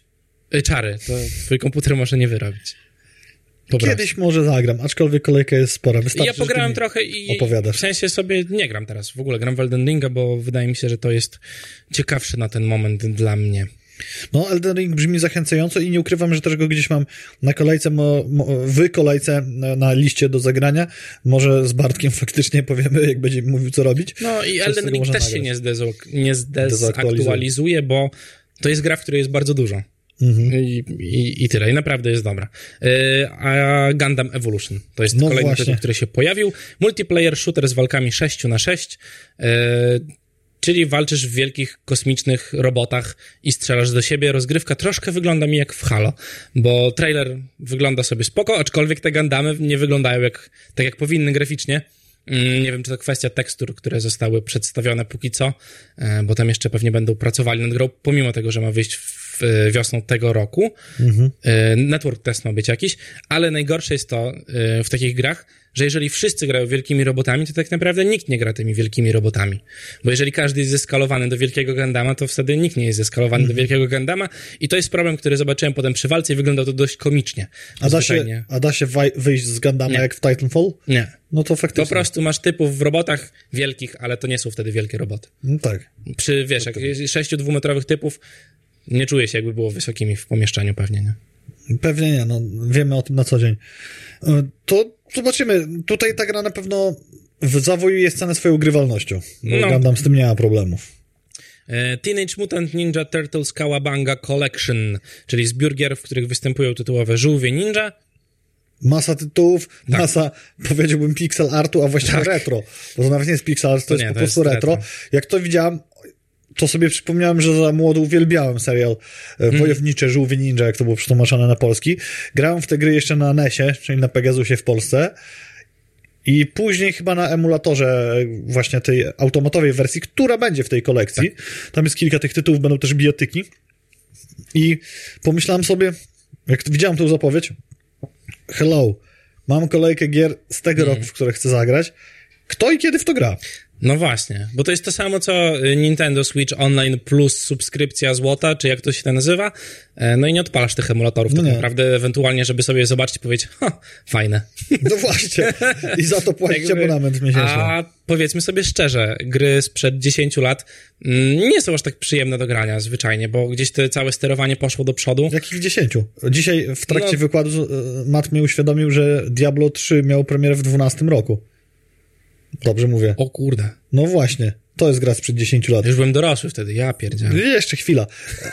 Speaker 1: Czary, to twój komputer może nie wyrobić.
Speaker 2: Kiedyś może zagram, aczkolwiek kolejka jest spora. Wystarczy,
Speaker 1: ja pograłem trochę i
Speaker 2: opowiadasz.
Speaker 1: W sensie sobie nie gram teraz. W ogóle gram w Elden Ringa, bo wydaje mi się, że to jest ciekawsze na ten moment dla mnie.
Speaker 2: No, Elden Ring brzmi zachęcająco i nie ukrywam, że też go gdzieś mam na kolejce, w kolejce na liście do zagrania. Może z Bartkiem faktycznie powiemy, jak będzie mówił, co robić.
Speaker 1: No i Elden Ring też się nie zdezaktualizuje, bo to jest gra, w której jest bardzo dużo. I tyle. I naprawdę jest dobra. A Gundam Evolution to jest kolejny tytuł, który się pojawił. Multiplayer shooter z walkami 6-6. Czyli walczysz w wielkich, kosmicznych robotach i strzelasz do siebie. Rozgrywka troszkę wygląda mi jak w Halo, bo trailer wygląda sobie spoko, aczkolwiek te Gundamy nie wyglądają tak jak powinny graficznie. Nie wiem, czy to kwestia tekstur, które zostały przedstawione póki co, bo tam jeszcze pewnie będą pracowali nad grą, pomimo tego, że ma wyjść wiosną tego roku. Network test ma być jakiś, ale najgorsze jest to w takich grach, że jeżeli wszyscy grają wielkimi robotami, to tak naprawdę nikt nie gra tymi wielkimi robotami. Bo jeżeli każdy jest zeskalowany do wielkiego Gundama, to wtedy nikt nie jest zeskalowany do wielkiego Gundama i to jest problem, który zobaczyłem potem przy walce i wyglądał to dość komicznie.
Speaker 2: A da się wyjść z Gundama jak w Titanfall?
Speaker 1: Nie.
Speaker 2: No to faktycznie.
Speaker 1: Po prostu masz typów w robotach wielkich, ale to nie są wtedy wielkie roboty.
Speaker 2: No tak.
Speaker 1: Przy, wiesz, jak jest 6 dwumetrowych typów, nie czuję się, jakby było wysokimi w pomieszczeniu pewnie, nie?
Speaker 2: Pewnie nie, no wiemy o tym na co dzień. To zobaczymy. Tutaj ta gra na pewno zawojuje scenę swoją grywalnością. Gundam z tym nie ma problemów.
Speaker 1: Teenage Mutant Ninja Turtles Cowabunga Collection, czyli zbiór gier, w których występują tytułowe żółwie ninja.
Speaker 2: Masa tytułów, masa, powiedziałbym, pixel artu, a właściwie retro. Bo to nawet nie jest pixel art, to jest po prostu retro. Jak to widziałem, to sobie przypomniałem, że za młodo uwielbiałem serial Wojownicze Żółwie Ninja, jak to było przetłumaczone na polski. Grałem w te gry jeszcze na NES-ie, czyli na Pegasusie w Polsce. I później chyba na emulatorze właśnie tej automatowej wersji, która będzie w tej kolekcji. Tam jest kilka tych tytułów, będą też bijatyki. I pomyślałem sobie, jak widziałem tą zapowiedź, hello, mam kolejkę gier z tego roku, w które chcę zagrać. Kto i kiedy w to gra?
Speaker 1: No właśnie, bo to jest to samo, co Nintendo Switch Online plus subskrypcja złota, czy jak to się to nazywa, no i nie odpalasz tych emulatorów tak naprawdę, ewentualnie, żeby sobie zobaczyć i powiedzieć, fajne.
Speaker 2: No właśnie, i za to płacić abonament miesięczny.
Speaker 1: A powiedzmy sobie szczerze, gry sprzed 10 lat nie są aż tak przyjemne do grania zwyczajnie, bo gdzieś to całe sterowanie poszło do przodu.
Speaker 2: Jakich 10? Dzisiaj w trakcie wykładu Matt mnie uświadomił, że Diablo 3 miał premierę w 2012 roku. Dobrze mówię.
Speaker 1: O kurde.
Speaker 2: No właśnie, to jest gra sprzed 10 lat.
Speaker 1: Już byłem dorosły wtedy, ja pierdziałem.
Speaker 2: Jeszcze chwila.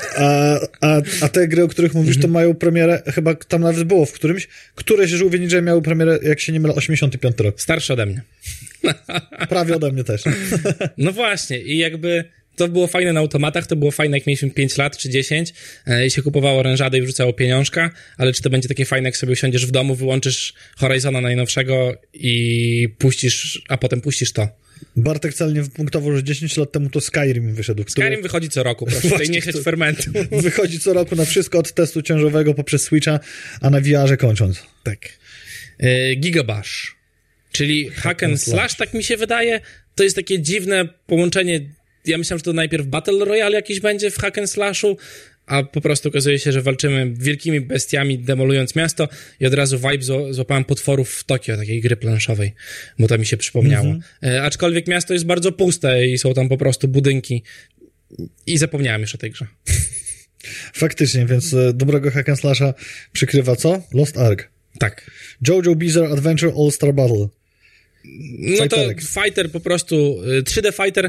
Speaker 2: A te gry, o których mówisz, to mają premierę, chyba tam nawet było w któreś żółwie ninja miały premierę, jak się nie mylę, 85 rok.
Speaker 1: Starszy ode mnie.
Speaker 2: Prawie ode mnie też.
Speaker 1: No właśnie, i jakby to było fajne na automatach, to było fajne jak mieliśmy 5 lat czy 10 i się kupowało orężadę i wrzucało pieniążka, ale czy to będzie takie fajne, jak sobie usiądziesz w domu, wyłączysz Horizona najnowszego i puścisz, a potem puścisz to.
Speaker 2: Bartek celnie wypunktował, że 10 lat temu to Skyrim wyszedł.
Speaker 1: Skyrim wychodzi co roku, proszę tutaj nie sieć fermentu.
Speaker 2: Wychodzi co roku na wszystko od testu ciążowego poprzez Switcha, a na VR-ze kończąc.
Speaker 1: Tak. Gigabash, czyli hack and slash, tak mi się wydaje. To jest takie dziwne połączenie. Ja myślałem, że to najpierw Battle Royale jakiś będzie w hack and slashu, a po prostu okazuje się, że walczymy wielkimi bestiami, demolując miasto i od razu vibe złapałem potworów w Tokio, takiej gry planszowej, bo to mi się przypomniało. Aczkolwiek miasto jest bardzo puste i są tam po prostu budynki i zapomniałem już o tej grze.
Speaker 2: Faktycznie, więc dobrego hack and slasha przykrywa co? Lost Ark.
Speaker 1: Tak.
Speaker 2: JoJo Bizarre Adventure All-Star Battle.
Speaker 1: No to fighter po prostu, 3D fighter.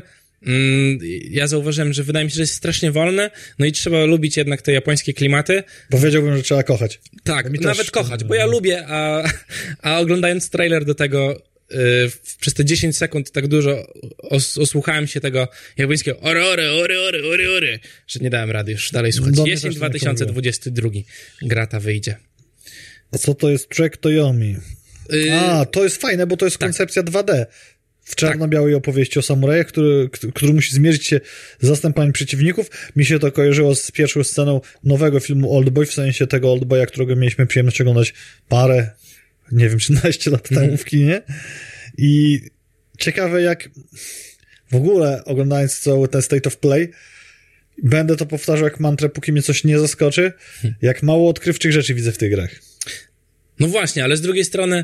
Speaker 1: Ja zauważyłem, że wydaje mi się, że jest strasznie wolne, no i trzeba lubić jednak te japońskie klimaty.
Speaker 2: Powiedziałbym, że trzeba kochać.
Speaker 1: Tak, nawet kochać, bo ja lubię, a oglądając trailer do tego przez te 10 sekund tak dużo osłuchałem się tego japońskiego ory, że nie dałem rady już dalej słuchać. Jesień 2022 gra ta wyjdzie.
Speaker 2: A co to jest Trek Toyomi? To jest fajne, bo to jest koncepcja 2D. W czarno-białej opowieści o samurajach, który musi zmierzyć się z zastępami przeciwników. Mi się to kojarzyło z pierwszą sceną nowego filmu Oldboy, w sensie tego Oldboya, którego mieliśmy przyjemność oglądać parę, nie wiem, 13 lat temu w kinie. I ciekawe jak w ogóle oglądając cały ten State of Play, Będę to powtarzał jak mantrę, póki mnie coś nie zaskoczy. Jak mało odkrywczych rzeczy widzę w tych grach.
Speaker 1: No właśnie, ale z drugiej strony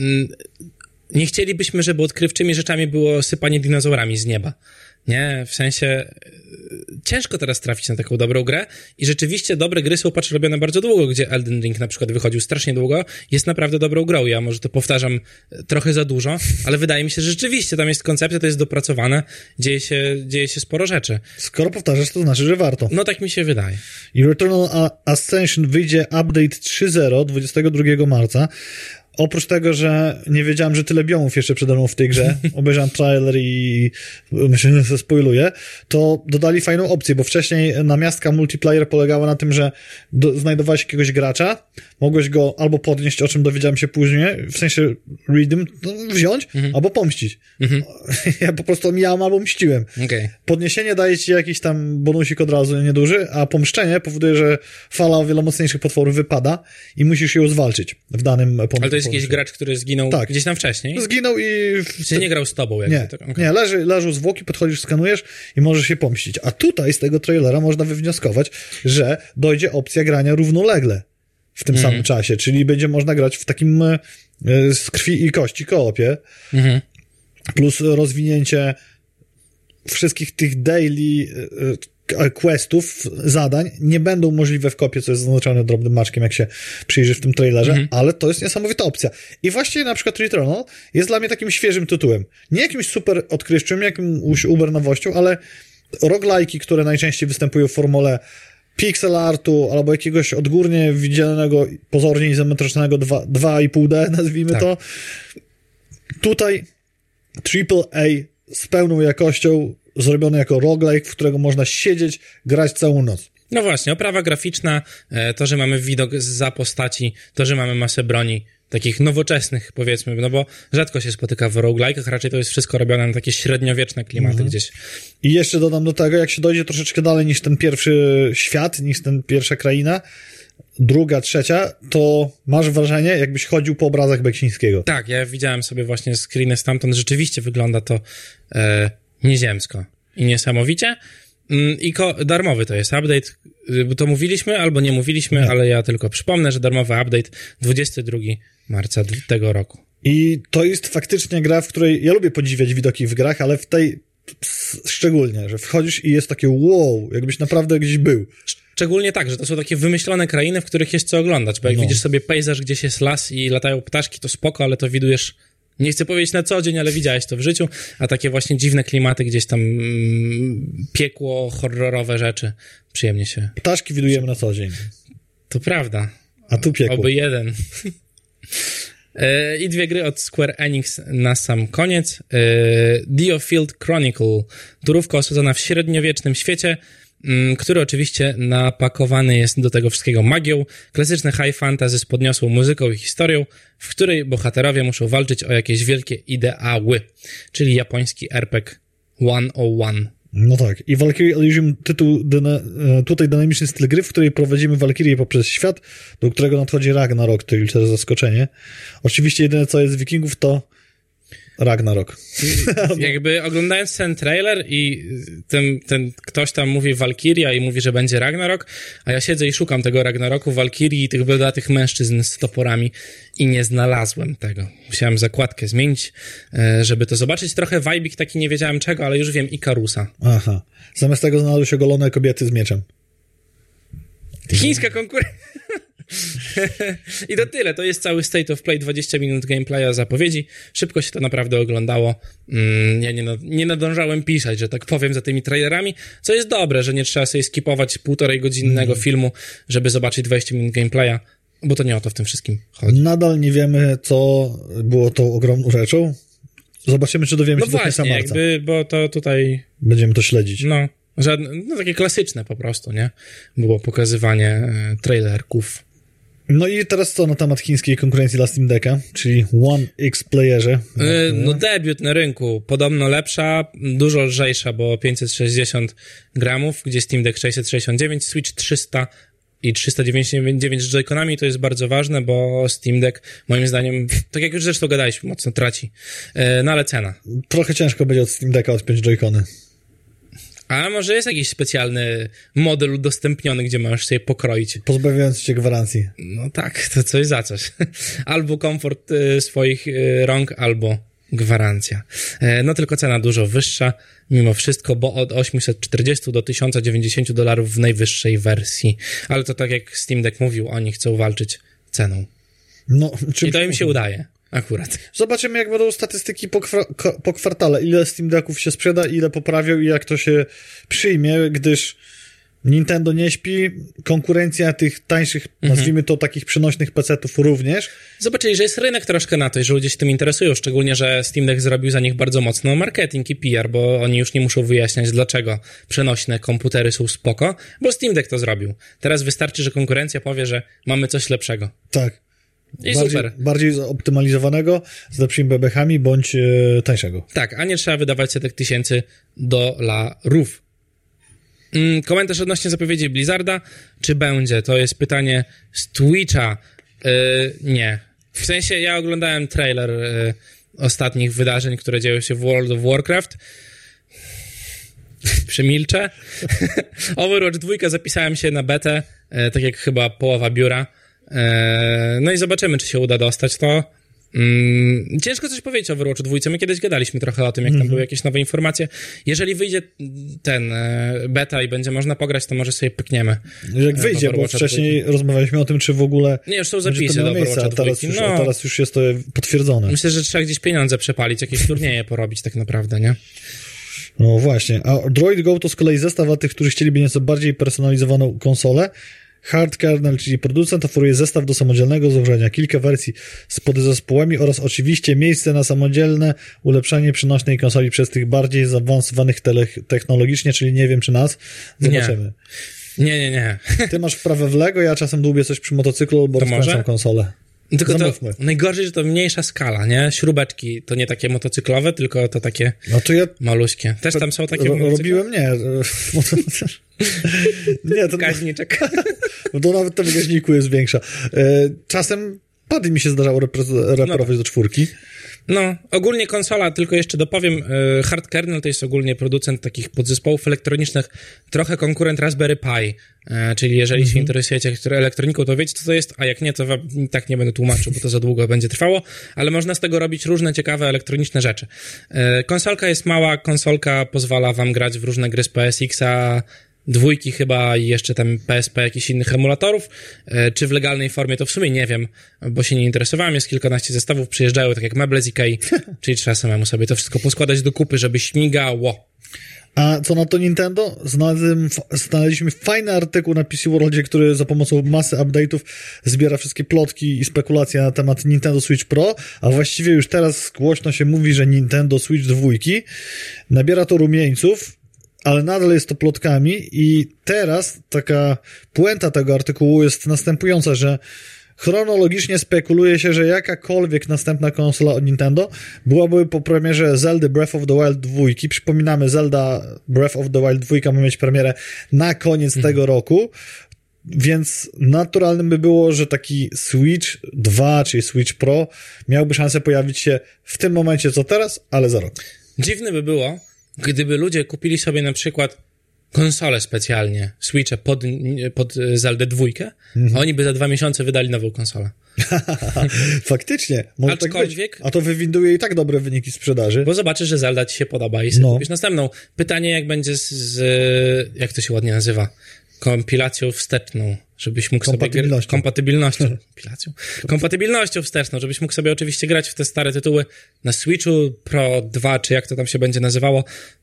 Speaker 1: nie chcielibyśmy, żeby odkrywczymi rzeczami było sypanie dinozaurami z nieba. Nie, w sensie ciężko teraz trafić na taką dobrą grę i rzeczywiście dobre gry są patrz robione bardzo długo, gdzie Elden Ring na przykład wychodził strasznie długo, jest naprawdę dobrą grą. Ja może to powtarzam trochę za dużo, ale wydaje mi się, że rzeczywiście tam jest koncepcja, to jest dopracowane, dzieje się sporo rzeczy.
Speaker 2: Skoro powtarzasz, to znaczy, że warto.
Speaker 1: No tak mi się wydaje.
Speaker 2: I Returnal Ascension wyjdzie update 3.0 22 marca. Oprócz tego, że nie wiedziałem, że tyle biomów jeszcze przede mną w tej grze, obejrzałem trailer i myślę, że spoiluję, to dodali fajną opcję, bo wcześniej namiastka multiplayer polegała na tym, że znajdowałeś jakiegoś gracza, mogłeś go albo podnieść, o czym dowiedziałem się później, w sensie redeem, wziąć, albo pomścić. Ja po prostu mijałem albo mściłem.
Speaker 1: Okay.
Speaker 2: Podniesienie daje ci jakiś tam bonusik od razu nieduży, a pomszczenie powoduje, że fala o wiele mocniejszych potworów wypada i musisz ją zwalczyć w danym pomieszczeniu.
Speaker 1: Ale to jest jakiś gracz, który zginął gdzieś tam wcześniej?
Speaker 2: Zginął i...
Speaker 1: Czy nie grał z tobą?
Speaker 2: Nie,
Speaker 1: okay.
Speaker 2: Nie, leżą zwłoki, podchodzisz, skanujesz i możesz się pomścić. A tutaj z tego trailera można wywnioskować, że dojdzie opcja grania równolegle w tym samym czasie, czyli będzie można grać w takim z krwi i kości koopie, plus rozwinięcie wszystkich tych daily questów, zadań nie będą możliwe w kopie, co jest zaznaczone drobnym maczkiem, jak się przyjrzy w tym trailerze, ale to jest niesamowita opcja. I właśnie na przykład Returnal jest dla mnie takim świeżym tytułem. Nie jakimś super odkrywczym, jakimś uber nowością, ale roguelike'i, które najczęściej występują w formule pixel artu albo jakiegoś odgórnie widzianego, pozornie izometrycznego 2,5D, nazwijmy to. Tutaj AAA z pełną jakością, zrobiony jako roguelike, w którego można siedzieć, grać całą noc.
Speaker 1: No właśnie, oprawa graficzna, to, że mamy widok zza postaci, to, że mamy masę broni, takich nowoczesnych, powiedzmy, no bo rzadko się spotyka w roguelike'ach, raczej to jest wszystko robione na takie średniowieczne klimaty gdzieś.
Speaker 2: I jeszcze dodam do tego, jak się dojdzie troszeczkę dalej niż ten pierwszy świat, niż ten pierwsza kraina, druga, trzecia, to masz wrażenie, jakbyś chodził po obrazach Beksińskiego.
Speaker 1: Tak, ja widziałem sobie właśnie screeny stamtąd, rzeczywiście wygląda to nieziemsko i niesamowicie. I darmowy to jest update, bo to mówiliśmy albo nie mówiliśmy, nie. Ale ja tylko przypomnę, że darmowy update 22 marca tego roku.
Speaker 2: I to jest faktycznie gra, w której ja lubię podziwiać widoki w grach, ale w tej szczególnie, że wchodzisz i jest takie wow, jakbyś naprawdę gdzieś był.
Speaker 1: Szczególnie tak, że to są takie wymyślone krainy, w których jest co oglądać, bo jak widzisz sobie pejzaż, gdzieś jest las i latają ptaszki, to spoko, ale to widujesz, nie chcę powiedzieć na co dzień, ale widziałeś to w życiu, a takie właśnie dziwne klimaty, gdzieś tam piekło, horrorowe rzeczy, przyjemnie się...
Speaker 2: Ptaszki widujemy na co dzień.
Speaker 1: To prawda.
Speaker 2: A tu piekło.
Speaker 1: Oby jeden. I dwie gry od Square Enix na sam koniec. Diofield Chronicle, turówka osadzona w średniowiecznym świecie, który oczywiście napakowany jest do tego wszystkiego magią. Klasyczne high fantasy z podniosłą muzyką i historią, w której bohaterowie muszą walczyć o jakieś wielkie ideały, czyli japoński RPG 101.
Speaker 2: No tak. I Valkyrie Elysium, tytuł, tutaj dynamiczny styl gry, w której prowadzimy Walkirię poprzez świat, do którego nadchodzi Ragnarok, to już teraz zaskoczenie. Oczywiście jedyne, co jest z Wikingów, to Ragnarok.
Speaker 1: Jakby oglądając ten trailer i ten ktoś tam mówi Walkiria i mówi, że będzie Ragnarok, a ja siedzę i szukam tego Ragnaroku, Walkirii i tych brodatych mężczyzn z toporami i nie znalazłem tego. Musiałem zakładkę zmienić, żeby to zobaczyć. Trochę vibik taki, nie wiedziałem czego, ale już wiem, Ikarusa.
Speaker 2: Aha. Zamiast tego znalazły się golone kobiety z mieczem.
Speaker 1: Chińska konkurencja. I to tyle, to jest cały State of Play, 20 minut gameplaya, zapowiedzi, szybko się to naprawdę oglądało, ja nie nadążałem pisać, że tak powiem, za tymi trailerami, co jest dobre, że nie trzeba sobie skipować 1,5-godzinnego filmu, żeby zobaczyć 20 minut gameplaya, bo to nie o to w tym wszystkim chodzi.
Speaker 2: Nadal nie wiemy, co było tą ogromną rzeczą, zobaczymy, czy dowiemy się do końca marca.
Speaker 1: Jakby, bo to tutaj...
Speaker 2: Będziemy to śledzić.
Speaker 1: No, takie klasyczne po prostu, nie? Było pokazywanie trailerków.
Speaker 2: No i teraz co na temat chińskiej konkurencji dla Steam Decka, czyli One X Playerze?
Speaker 1: No debiut na rynku, podobno lepsza, dużo lżejsza, bo 560 gramów, gdzie Steam Deck 669, Switch 300 i 399 z Joy-Conami, to jest bardzo ważne, bo Steam Deck, moim zdaniem, tak jak już zresztą gadaliśmy, mocno traci. No ale cena.
Speaker 2: Trochę ciężko będzie od Steam Decka odpiąć Joy-Cony.
Speaker 1: A może jest jakiś specjalny model udostępniony, gdzie możesz sobie pokroić?
Speaker 2: Pozbawiając cię gwarancji.
Speaker 1: No tak, to coś za coś. Albo komfort swoich rąk, albo gwarancja. No tylko cena dużo wyższa, mimo wszystko, bo od $840 do $1090 w najwyższej wersji. Ale to tak jak Steam Deck mówił, oni chcą walczyć ceną.
Speaker 2: No,
Speaker 1: i to im się udaje. Akurat.
Speaker 2: Zobaczymy, jak będą statystyki po kwartale. Ile Steam Decków się sprzeda, ile poprawią i jak to się przyjmie, gdyż Nintendo nie śpi, konkurencja tych tańszych, nazwijmy to takich przenośnych PC-ów również.
Speaker 1: Zobaczyli, że jest rynek troszkę na to, że ludzie się tym interesują, szczególnie, że Steam Deck zrobił za nich bardzo mocno marketing i PR, bo oni już nie muszą wyjaśniać, dlaczego przenośne komputery są spoko, bo Steam Deck to zrobił. Teraz wystarczy, że konkurencja powie, że mamy coś lepszego.
Speaker 2: Tak.
Speaker 1: I super.
Speaker 2: Bardziej zoptymalizowanego, z lepszymi bebechami, bądź tańszego.
Speaker 1: Tak, a nie trzeba wydawać setek tysięcy $. Komentarz odnośnie zapowiedzi Blizzarda. Czy będzie? To jest pytanie z Twitcha. Nie. W sensie ja oglądałem trailer ostatnich wydarzeń, które dzieją się w World of Warcraft. Przemilczę. Overwatch 2 zapisałem się na betę, tak jak chyba połowa biura. No i zobaczymy, czy się uda dostać to. Ciężko coś powiedzieć o Overwatchu 2. My kiedyś gadaliśmy trochę o tym, jak tam były jakieś nowe informacje. Jeżeli wyjdzie ten beta i będzie można pograć, to może sobie pykniemy.
Speaker 2: Jak wyjdzie, bo wcześniej rozmawialiśmy o tym, czy w ogóle...
Speaker 1: Nie, już są zapisy do Overwatcha 2.
Speaker 2: Teraz już jest to potwierdzone.
Speaker 1: Myślę, że trzeba gdzieś pieniądze przepalić, jakieś turnieje porobić tak naprawdę, nie?
Speaker 2: No właśnie. A Droid Go to z kolei zestaw dla tych, którzy chcieliby nieco bardziej personalizowaną konsolę. Hard Kernel, czyli producent, oferuje zestaw do samodzielnego złożenia, kilka wersji z podzespołami oraz oczywiście miejsce na samodzielne ulepszanie przenośnej konsoli przez tych bardziej zaawansowanych technologicznie, czyli nie wiem czy nas. Zobaczymy.
Speaker 1: Nie.
Speaker 2: Ty masz wprawę w Lego, ja czasem dłubię coś przy motocyklu albo rozkręcam konsolę.
Speaker 1: Tylko zamówmy. To najgorzej, że to mniejsza skala, nie? Śrubeczki to nie takie motocyklowe, tylko to takie maluśkie. Też tam są takie
Speaker 2: robiłem, nie. Nie, to
Speaker 1: wskaźniczek.
Speaker 2: To nawet to w bagażniku jest większa. Czasem pady mi się zdarzało reperować do 4.
Speaker 1: No, ogólnie konsola, tylko jeszcze dopowiem, Hard Kernel to jest ogólnie producent takich podzespołów elektronicznych, trochę konkurent Raspberry Pi, czyli jeżeli się interesujecie elektroniką, to wiecie, co to jest, a jak nie, to tak nie będę tłumaczył, bo to za długo będzie trwało, ale można z tego robić różne ciekawe elektroniczne rzeczy. Konsolka jest mała, konsolka pozwala wam grać w różne gry z PSX-a, 2 chyba i jeszcze tam PSP, jakichś innych emulatorów, czy w legalnej formie, to w sumie nie wiem, bo się nie interesowałem, jest kilkanaście zestawów, przyjeżdżają tak jak meble z Ikei, czyli trzeba samemu sobie to wszystko poskładać do kupy, żeby śmigało.
Speaker 2: A co na to Nintendo? Znaleźliśmy fajny artykuł na PC Worldzie, który za pomocą masy update'ów zbiera wszystkie plotki i spekulacje na temat Nintendo Switch Pro, a właściwie już teraz głośno się mówi, że Nintendo Switch 2 nabiera to rumieńców, ale nadal jest to plotkami i teraz taka puenta tego artykułu jest następująca, że chronologicznie spekuluje się, że jakakolwiek następna konsola od Nintendo byłaby po premierze Zelda Breath of the Wild 2. Przypominamy, Zelda Breath of the Wild 2 ma mieć premierę na koniec tego roku, więc naturalnym by było, że taki Switch 2, czyli Switch Pro miałby szansę pojawić się w tym momencie co teraz, ale za rok.
Speaker 1: Dziwne by było, gdyby ludzie kupili sobie na przykład konsolę specjalnie, Switcha pod Zelda 2, a oni by za 2 miesiące wydali nową konsolę.
Speaker 2: Faktycznie. Może
Speaker 1: aczkolwiek...
Speaker 2: tak być. A to wywinduje i tak dobre wyniki sprzedaży.
Speaker 1: Bo zobaczysz, że Zelda ci się podoba i sobie kupisz następną. Pytanie, jak będzie jak to się ładnie nazywa? Kompilacją wsteczną, żebyś mógł sobie... Kompatybilnością wsteczną, żebyś mógł sobie oczywiście grać w te stare tytuły na Switchu Pro 2, czy jak to tam się będzie nazywało,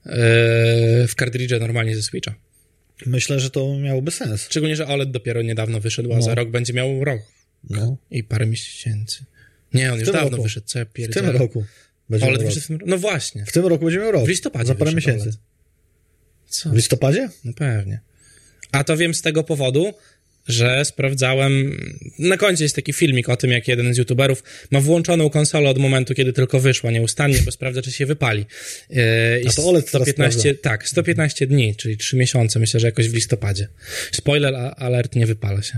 Speaker 1: w kartridże normalnie ze Switcha.
Speaker 2: Myślę, że to miałoby sens.
Speaker 1: Szczególnie, że OLED dopiero niedawno wyszedł, a za rok będzie miał rok. I parę miesięcy. Nie, on już dawno wyszedł, co ja pierdzielę.
Speaker 2: W tym roku.
Speaker 1: OLED wyszedł w tym roku. No właśnie.
Speaker 2: W tym roku będzie miał rok.
Speaker 1: W listopadzie
Speaker 2: za parę miesięcy.
Speaker 1: OLED. Co?
Speaker 2: W listopadzie?
Speaker 1: No pewnie. A to wiem z tego powodu, że sprawdzałem... Na końcu jest taki filmik o tym, jak jeden z youtuberów ma włączoną konsolę od momentu, kiedy tylko wyszła nieustannie, bo sprawdza, czy się wypali.
Speaker 2: A to OLED
Speaker 1: 115, tak, 115 dni, czyli 3 miesiące, myślę, że jakoś w listopadzie. Spoiler alert, nie wypala się.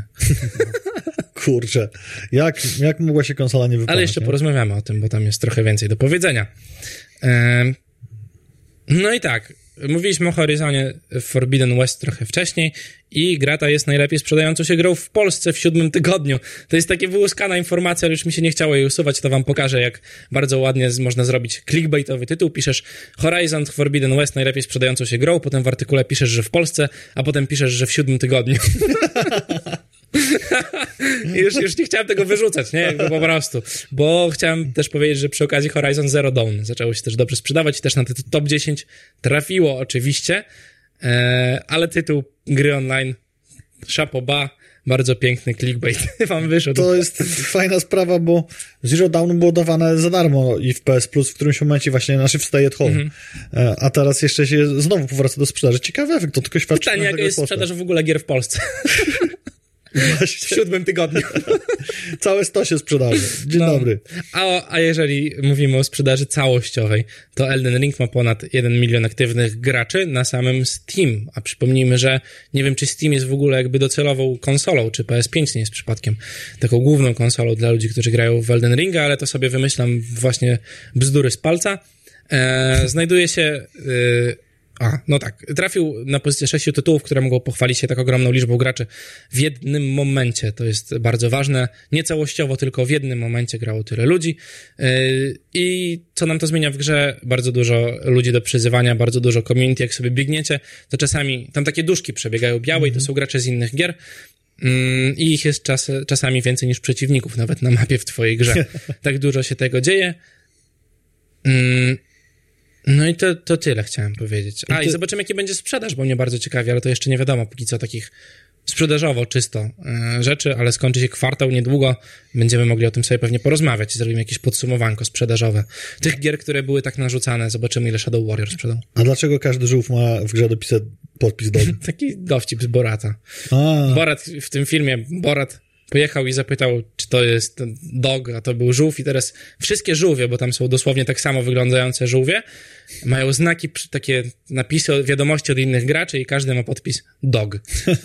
Speaker 2: Kurczę, jak mogła się konsola nie wypalać?
Speaker 1: Ale jeszcze porozmawiamy o tym, bo tam jest trochę więcej do powiedzenia. No i tak, mówiliśmy o Horizonie Forbidden West trochę wcześniej i gra ta jest najlepiej sprzedającą się grą w Polsce w 7 tygodniu. To jest takie wyłuskana informacja, ale już mi się nie chciało jej usuwać, to wam pokażę, jak bardzo ładnie można zrobić clickbaitowy tytuł. Piszesz Horizon Forbidden West najlepiej sprzedającą się grą, potem w artykule piszesz, że w Polsce, a potem piszesz, że w 7 tygodniu. już nie chciałem tego wyrzucać, nie? Jakby po prostu. Bo chciałem też powiedzieć, że przy okazji Horizon Zero Dawn zaczęło się też dobrze sprzedawać i też na ten top 10 trafiło oczywiście, ale tytuł gry online chapeau bas, bardzo piękny clickbait wam wyszedł.
Speaker 2: To jest fajna sprawa, bo Zero Dawn było dawane za darmo i w PS Plus w którymś momencie właśnie w Stay at Home. A teraz jeszcze się znowu powraca do sprzedaży. Ciekawy efekt, to tylko świadczy.
Speaker 1: Pytanie, jaka jest sprzedaż w ogóle gier w Polsce? W 7 tygodniu.
Speaker 2: Całe 100 się sprzedało. Dzień dobry.
Speaker 1: A jeżeli mówimy o sprzedaży całościowej, to Elden Ring ma ponad 1 milion aktywnych graczy na samym Steam. A przypomnijmy, że nie wiem, czy Steam jest w ogóle jakby docelową konsolą, czy PS5 nie jest przypadkiem taką główną konsolą dla ludzi, którzy grają w Elden Ringa, ale to sobie wymyślam właśnie bzdury z palca. Znajduje się... no tak, trafił na pozycję 6 tytułów, które mogą pochwalić się tak ogromną liczbą graczy w jednym momencie. To jest bardzo ważne. Nie całościowo, tylko w jednym momencie grało tyle ludzi. I co nam to zmienia w grze? Bardzo dużo ludzi do przyzywania, bardzo dużo community. Jak sobie biegniecie, to czasami tam takie duszki przebiegają białe i to są gracze z innych gier. I ich jest czasami więcej niż przeciwników nawet na mapie w twojej grze. Tak dużo się tego dzieje. No i to tyle chciałem powiedzieć. I zobaczymy, jaki będzie sprzedaż, bo mnie bardzo ciekawi, ale to jeszcze nie wiadomo póki co takich sprzedażowo czysto rzeczy, ale skończy się kwartał niedługo, będziemy mogli o tym sobie pewnie porozmawiać i zrobimy jakieś podsumowanko sprzedażowe tych gier, które były tak narzucane. Zobaczymy, ile Shadow Warrior sprzedał.
Speaker 2: A dlaczego każdy żółw ma w grze dopisać podpis Dog?
Speaker 1: Taki dowcip z Borata. Borat w tym filmie, pojechał i zapytał, czy to jest dog, a to był żółw i teraz wszystkie żółwie, bo tam są dosłownie tak samo wyglądające żółwie, mają znaki, takie napisy, wiadomości od innych graczy i każdy ma podpis dog.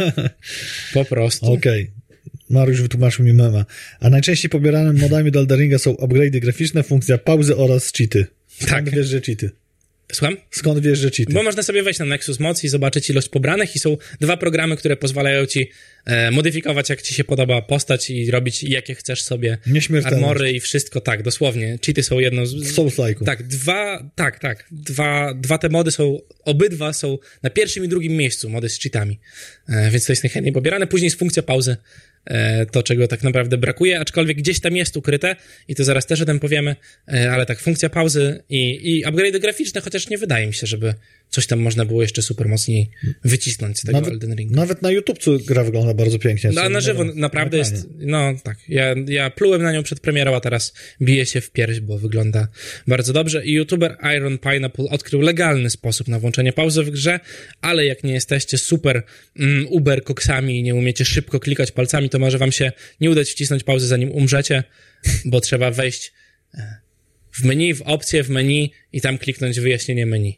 Speaker 1: Po prostu.
Speaker 2: Okej. Mariusz wytłumaczył mi mema. A najczęściej pobieranymi modami do Elden Ringa są upgrade'y graficzne, funkcja pauzy oraz cheaty. Skąd wiesz, że cheaty?
Speaker 1: Słucham?
Speaker 2: Skąd wiesz, że cheaty?
Speaker 1: Bo można sobie wejść na Nexus Moc i zobaczyć ilość pobranych i są 2 programy, które pozwalają ci modyfikować, jak ci się podoba postać i robić jakie chcesz sobie armory i wszystko. Tak, dosłownie. Cheaty są jedno z...
Speaker 2: W Souls-like'u.
Speaker 1: Tak. Dwa te mody obydwa są na pierwszym i drugim miejscu, mody z cheatami. Więc to jest najchętniej pobierane. Później jest funkcja pauzy. To, czego tak naprawdę brakuje, aczkolwiek gdzieś tam jest ukryte i to zaraz też o tym powiemy, ale tak, funkcja pauzy i upgrade'y graficzne, chociaż nie wydaje mi się, żeby coś tam można było jeszcze super mocniej wycisnąć z tego Elden Ringa.
Speaker 2: Nawet na YouTube'cu gra wygląda bardzo pięknie.
Speaker 1: No, a na żywo naprawdę jest, no tak, ja plułem na nią przed premierą, a teraz biję się w pierś, bo wygląda bardzo dobrze i YouTuber Iron Pineapple odkrył legalny sposób na włączenie pauzy w grze, ale jak nie jesteście super uber koksami i nie umiecie szybko klikać palcami, to może wam się nie udać wcisnąć pauzy, zanim umrzecie, bo trzeba wejść w menu, w opcję, w menu i tam kliknąć wyjaśnienie menu.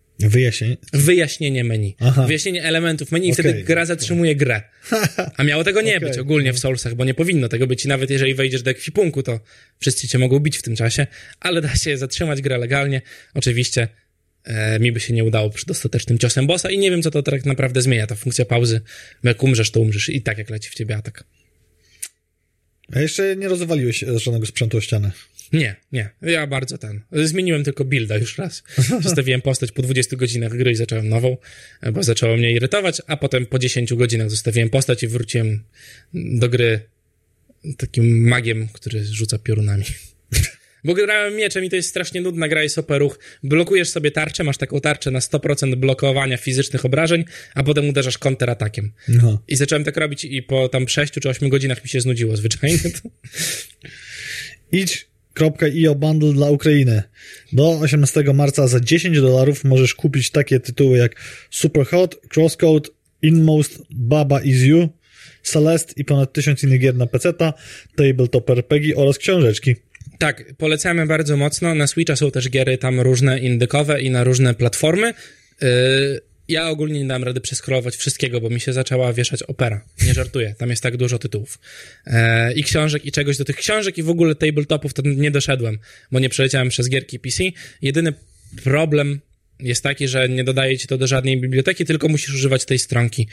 Speaker 1: Wyjaśnienie menu. Aha. Wyjaśnienie elementów menu i wtedy gra zatrzymuje grę. A miało tego nie być ogólnie w Soulsach, bo nie powinno tego być i nawet jeżeli wejdziesz do ekwipunku, to wszyscy cię mogą bić w tym czasie, ale da się zatrzymać grę legalnie. Oczywiście mi by się nie udało przed ostatecznym ciosem bossa i nie wiem, co to tak naprawdę zmienia, ta funkcja pauzy. Bo jak umrzesz, to umrzesz i tak jak leci w ciebie atak.
Speaker 2: A jeszcze nie rozwaliłeś żadnego sprzętu o ścianę?
Speaker 1: Nie. Ja bardzo zmieniłem tylko builda już raz. Zostawiłem postać po 20 godzinach gry i zacząłem nową, bo zaczęło mnie irytować, a potem po 10 godzinach zostawiłem postać i wróciłem do gry takim magiem, który rzuca piorunami. Bo grałem mieczem i to jest strasznie nudna gra, jest OP ruch. Blokujesz sobie tarczę, masz taką tarczę na 100% blokowania fizycznych obrażeń, a potem uderzasz kontratakiem. No. I zacząłem tak robić i po tam 6 czy 8 godzinach mi się znudziło zwyczajnie.
Speaker 2: Itch.io Bundle dla Ukrainy. Do 18 marca za $10 możesz kupić takie tytuły jak Superhot, Crosscode, Inmost, Baba Is You, Celeste i ponad 1000 innych gier na PC-ta, tabletop RPG oraz książeczki.
Speaker 1: Tak, polecamy bardzo mocno. Na Switcha są też giery tam różne indykowe i na różne platformy. Ja ogólnie nie dałem rady przeskrolować wszystkiego, bo mi się zaczęła wieszać Opera. Nie żartuję, tam jest tak dużo tytułów. I książek, i czegoś do tych książek, i w ogóle tabletopów to nie doszedłem, bo nie przeleciałem przez gierki PC. Jedyny problem jest taki, że nie dodaje ci to do żadnej biblioteki, tylko musisz używać tej stronki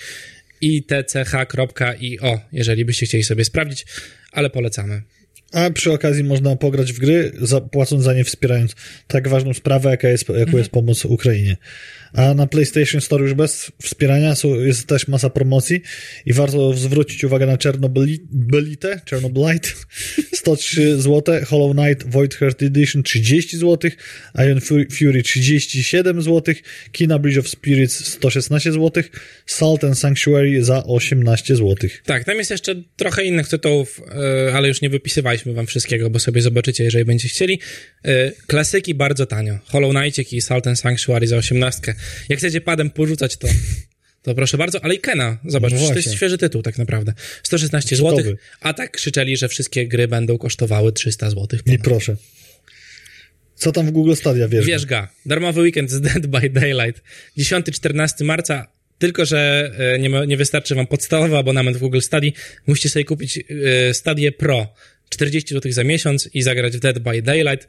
Speaker 1: itch.io, jeżeli byście chcieli sobie sprawdzić, ale polecamy.
Speaker 2: A przy okazji można pograć w gry, płacąc za nie, wspierając tak ważną sprawę, jaką jest pomoc Ukrainie. A na PlayStation Store już bez wspierania jest też masa promocji i warto zwrócić uwagę na Chernobylite 103 zł, Hollow Knight Void Heart Edition 30 zł, Iron Fury 37 zł, Kena Bridge of Spirits 116 zł, Salt and Sanctuary za 18 zł.
Speaker 1: Tak, tam jest jeszcze trochę innych tytułów, ale już nie wypisywaliśmy wam wszystkiego, bo sobie zobaczycie, jeżeli będziecie chcieli. Klasyki bardzo tanio. Hollow Knight i Salt and Sanctuary za 18. Jak chcecie padem porzucać, to proszę bardzo, ale i Kena, zobacz, to jest świeży tytuł tak naprawdę. 116 zł, a tak krzyczeli, że wszystkie gry będą kosztowały 300 zł.
Speaker 2: I proszę. Co tam w Google Stadia wiesz?
Speaker 1: Wierzga. Darmowy weekend z Dead by Daylight. 10-14 marca, tylko że nie wystarczy wam podstawowy abonament w Google Stadia. Musicie sobie kupić Stadię Pro. 40 zł za miesiąc i zagrać w Dead by Daylight.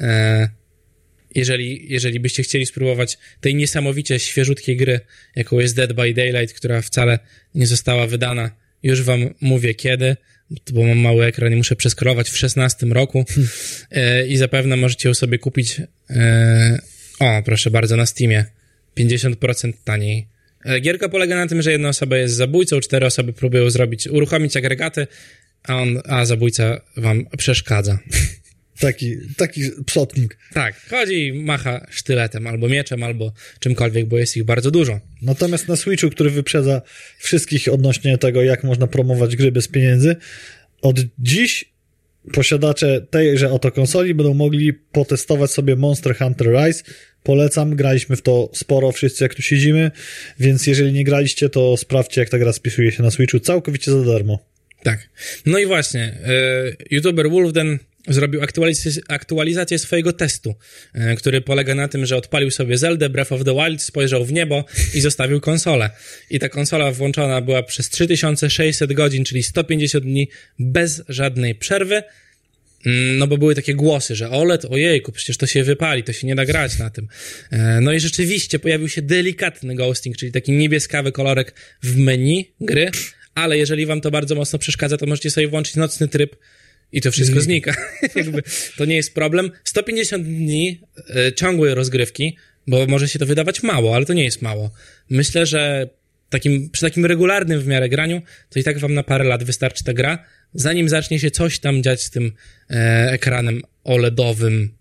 Speaker 1: Jeżeli byście chcieli spróbować tej niesamowicie świeżutkiej gry, jaką jest Dead by Daylight, która wcale nie została wydana, już wam mówię kiedy, bo mam mały ekran i muszę przeskrolować, w 16 roku i zapewne możecie ją sobie kupić proszę bardzo, na Steamie 50% taniej. Gierka polega na tym, że jedna osoba jest zabójcą, 4 osoby próbują uruchomić agregaty, a zabójca wam przeszkadza.
Speaker 2: Taki psotnik.
Speaker 1: Tak, chodzi i macha sztyletem, albo mieczem, albo czymkolwiek, bo jest ich bardzo dużo.
Speaker 2: Natomiast na Switchu, który wyprzedza wszystkich odnośnie tego, jak można promować gry bez pieniędzy, od dziś posiadacze tejże oto konsoli będą mogli potestować sobie Monster Hunter Rise. Polecam, graliśmy w to sporo, wszyscy jak tu siedzimy, więc jeżeli nie graliście, to sprawdźcie, jak ta gra spisuje się na Switchu całkowicie za darmo.
Speaker 1: Tak. No i właśnie, youtuber Wolfden zrobił aktualizację swojego testu, który polega na tym, że odpalił sobie Zeldę, Breath of the Wild, spojrzał w niebo i zostawił konsolę. I ta konsola włączona była przez 3600 godzin, czyli 150 dni bez żadnej przerwy, no bo były takie głosy, że OLED, ojejku, przecież to się wypali, to się nie da grać na tym. No i rzeczywiście pojawił się delikatny ghosting, czyli taki niebieskawy kolorek w menu gry, ale jeżeli wam to bardzo mocno przeszkadza, to możecie sobie włączyć nocny tryb i to wszystko znika. Jakby to nie jest problem. 150 dni ciągłej rozgrywki, bo może się to wydawać mało, ale to nie jest mało. Myślę, że przy takim regularnym w miarę graniu, to i tak wam na parę lat wystarczy ta gra, zanim zacznie się coś tam dziać z tym ekranem OLEDowym.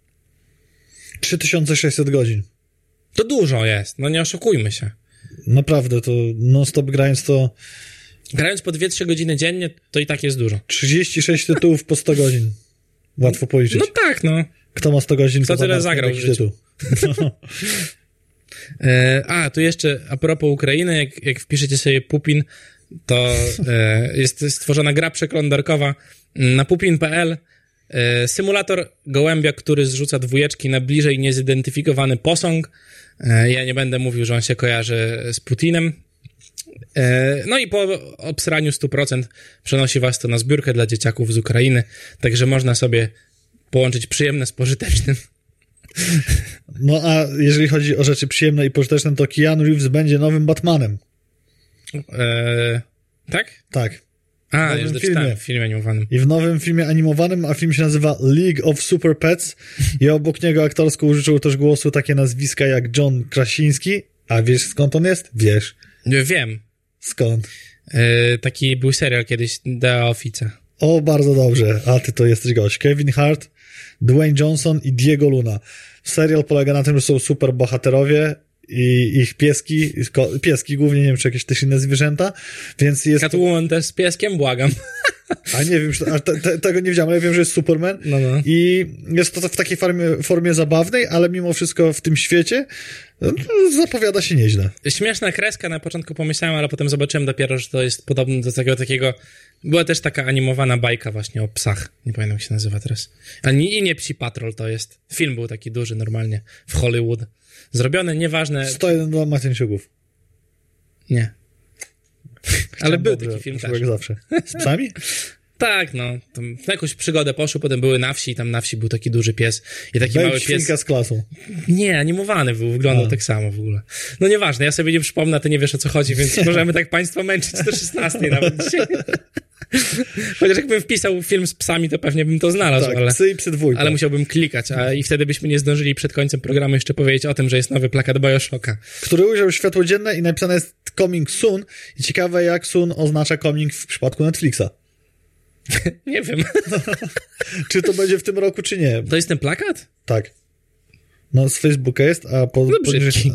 Speaker 2: 3600 godzin.
Speaker 1: To dużo jest, no nie oszukujmy się.
Speaker 2: Naprawdę, to non-stop grając to...
Speaker 1: Grając po 2-3 godziny dziennie, to i tak jest dużo.
Speaker 2: 36 tytułów po 100 godzin. Łatwo policzyć.
Speaker 1: No tak, no.
Speaker 2: Kto ma 100 godzin,
Speaker 1: kto tyle zagrał w życiu. Tu jeszcze a propos Ukrainy, jak wpiszecie sobie Pupin, to jest stworzona gra przeglądarkowa na pupin.pl. Symulator gołębia, który zrzuca dwójeczki na bliżej niezidentyfikowany posąg. Ja nie będę mówił, że on się kojarzy z Putinem. No i po obsraniu 100% przenosi was to na zbiórkę dla dzieciaków z Ukrainy, także można sobie połączyć przyjemne z pożytecznym.
Speaker 2: No a jeżeli chodzi o rzeczy przyjemne i pożyteczne, to Keanu Reeves będzie nowym Batmanem.
Speaker 1: Tak?
Speaker 2: Tak.
Speaker 1: Już doczytałem w filmie animowanym.
Speaker 2: I w nowym filmie animowanym, a film się nazywa League of Super Pets i obok niego aktorsko użyczył też głosu takie nazwiska jak John Krasiński. A wiesz skąd on jest? Wiesz.
Speaker 1: Wiem.
Speaker 2: Skąd?
Speaker 1: Taki był serial kiedyś, The Office.
Speaker 2: O, bardzo dobrze. A ty to jesteś gość. Kevin Hart, Dwayne Johnson i Diego Luna. Serial polega na tym, że są super bohaterowie i ich pieski głównie, nie wiem, czy jakieś też inne zwierzęta, więc jest...
Speaker 1: Catwoman też z pieskiem, błagam.
Speaker 2: A nie wiem, tego nie wiedziałem, ale ja wiem, że jest Superman i jest to w takiej formie zabawnej, ale mimo wszystko w tym świecie zapowiada się nieźle.
Speaker 1: Śmieszna kreska, na początku pomyślałem, ale potem zobaczyłem dopiero, że to jest podobne do tego takiego... Była też taka animowana bajka właśnie o psach. Nie pamiętam, jak się nazywa teraz. I nie Psi Patrol to jest. Film był taki duży normalnie w Hollywood. Zrobiony, nieważne...
Speaker 2: 101 Dalmatyńczyków.
Speaker 1: Nie. Ale był taki film też.
Speaker 2: Jak zawsze. Z psami?
Speaker 1: Tak, no. Tam na jakąś przygodę poszło, potem były na wsi i tam na wsi był taki duży pies. I taki mały pies...
Speaker 2: świnka z klasą.
Speaker 1: Nie, animowany był, wyglądał tak samo w ogóle. No nieważne, ja sobie nie przypomnę, ty nie wiesz o co chodzi, więc możemy tak państwa męczyć do 16 nawet dzisiaj. Chociaż jakbym wpisał film z psami, to pewnie bym to znalazł,
Speaker 2: Tak,
Speaker 1: ale...
Speaker 2: psy i psy dwójka.
Speaker 1: Ale musiałbym klikać, i wtedy byśmy nie zdążyli przed końcem programu jeszcze powiedzieć o tym, że jest nowy plakat BioShocka.
Speaker 2: Który ujrzał światło dzienne i napisane jest coming soon. I ciekawe, jak soon oznacza coming w przypadku Netflixa.
Speaker 1: Nie wiem.
Speaker 2: Czy to będzie w tym roku, czy nie?
Speaker 1: To jest ten plakat?
Speaker 2: Tak. No, z Facebooka jest, a po...
Speaker 1: brzydki.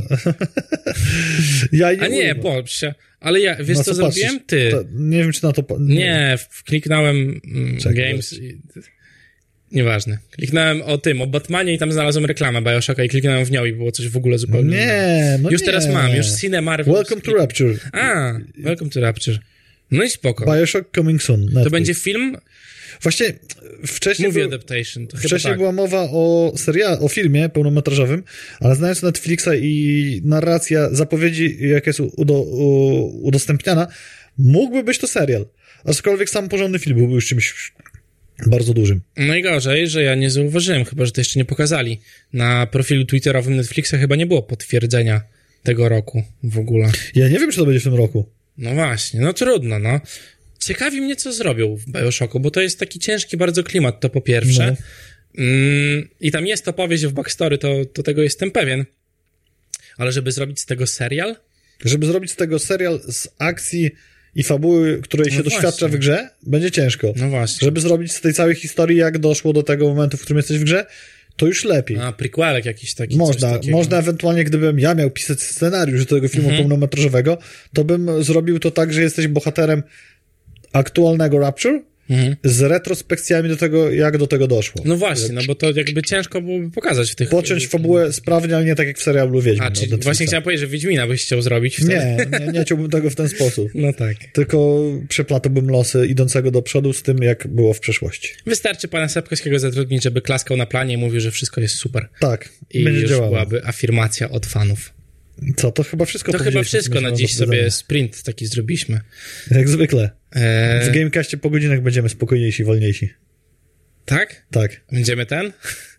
Speaker 2: Ja
Speaker 1: a nie, boż się. Ale ja, wiesz co zrobiłem? Ty.
Speaker 2: To, nie wiem, czy na to...
Speaker 1: Nie, kliknąłem Games... Nieważne. Kliknąłem o Batmanie i tam znalazłem reklamę BioShocka i kliknąłem w nią i było coś w ogóle zupełnie...
Speaker 2: Nie, no
Speaker 1: już
Speaker 2: nie.
Speaker 1: teraz mam, już Cine Marvel...
Speaker 2: Welcome to Rapture.
Speaker 1: Welcome to Rapture. No i spoko.
Speaker 2: BioShock coming soon. Netflix.
Speaker 1: To będzie film...
Speaker 2: Właśnie wcześniej...
Speaker 1: Movie adaptation. To
Speaker 2: wcześniej
Speaker 1: tak.
Speaker 2: była mowa o filmie pełnometrażowym, ale znając Netflixa i narracja zapowiedzi, jak jest udostępniana, mógłby być to serial. Aczkolwiek sam porządny film byłby już czymś bardzo dużym.
Speaker 1: No i gorzej, że ja nie zauważyłem, chyba że to jeszcze nie pokazali. Na profilu twitterowym Netflixa chyba nie było potwierdzenia tego roku w ogóle.
Speaker 2: Ja nie wiem, czy to będzie w tym roku.
Speaker 1: No właśnie, no trudno, no. Ciekawi mnie, co zrobią w BioShocku, bo to jest taki ciężki bardzo klimat, to po pierwsze. No. I tam jest opowieść w backstory, to tego jestem pewien. Ale żeby zrobić z tego serial?
Speaker 2: Żeby zrobić z tego serial z akcji i fabuły, której się doświadcza w grze, będzie ciężko.
Speaker 1: No właśnie.
Speaker 2: Żeby zrobić z tej całej historii, jak doszło do tego momentu, w którym jesteś w grze, to już lepiej.
Speaker 1: A, prequelek jakiś taki.
Speaker 2: Można ewentualnie, gdybym ja miał pisać scenariusz do tego filmu pełnometrażowego, to bym zrobił to tak, że jesteś bohaterem aktualnego Rapture z retrospekcjami do tego, jak do tego doszło.
Speaker 1: No właśnie, no bo to jakby ciężko byłoby pokazać w tych...
Speaker 2: Pociąć fabułę sprawnie, ale nie tak jak w serialu Wiedźmin.
Speaker 1: Czyli właśnie chciałem powiedzieć, że Wiedźmina byś chciał zrobić wtedy.
Speaker 2: Nie chciałbym tego w ten sposób.
Speaker 1: No tak.
Speaker 2: Tylko przeplatałbym losy idącego do przodu z tym, jak było w przeszłości.
Speaker 1: Wystarczy pana Sepkowskiego zatrudnić, żeby klaskał na planie i mówił, że wszystko jest super.
Speaker 2: Tak.
Speaker 1: I
Speaker 2: będzie
Speaker 1: już
Speaker 2: działało.
Speaker 1: byłaby afirmacja od fanów.
Speaker 2: Co, to chyba wszystko?
Speaker 1: To chyba wszystko na dziś sobie sprint taki zrobiliśmy.
Speaker 2: Jak zwykle. W Gamecastie po godzinach będziemy spokojniejsi, wolniejsi.
Speaker 1: Tak?
Speaker 2: Tak.
Speaker 1: Będziemy ten?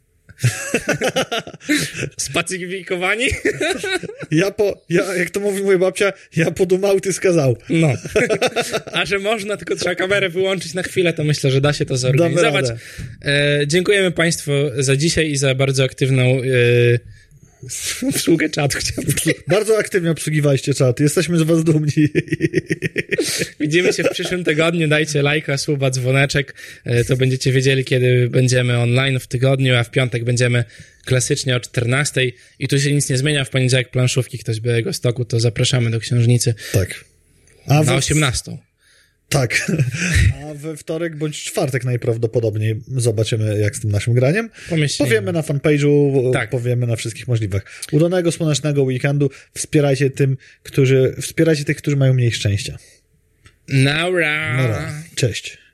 Speaker 1: Spacyfikowani?
Speaker 2: Jak to mówi moja babcia, ja podumał, ty skazał.
Speaker 1: No. A że można, tylko trzeba kamerę wyłączyć na chwilę, to myślę, że da się to zorganizować. Dziękujemy Państwu za dzisiaj i za bardzo aktywną obsługę czatu.
Speaker 2: Bardzo aktywnie obsługiwaliście czat. Jesteśmy z was dumni.
Speaker 1: Widzimy się w przyszłym tygodniu. Dajcie lajka, suba, dzwoneczek. To będziecie wiedzieli, kiedy będziemy online w tygodniu, a w piątek będziemy klasycznie o 14:00 i tu się nic nie zmienia. W poniedziałek planszówki, ktoś z Białegostoku, to zapraszamy do Książnicy.
Speaker 2: Tak.
Speaker 1: Na 18:00.
Speaker 2: Tak. A we wtorek bądź czwartek najprawdopodobniej zobaczymy, jak z tym naszym graniem. Powiemy na fanpage'u, powiemy na wszystkich możliwych. Udanego, słonecznego weekendu. Wspierajcie tych, którzy mają mniej szczęścia.
Speaker 1: Nara.
Speaker 2: Cześć.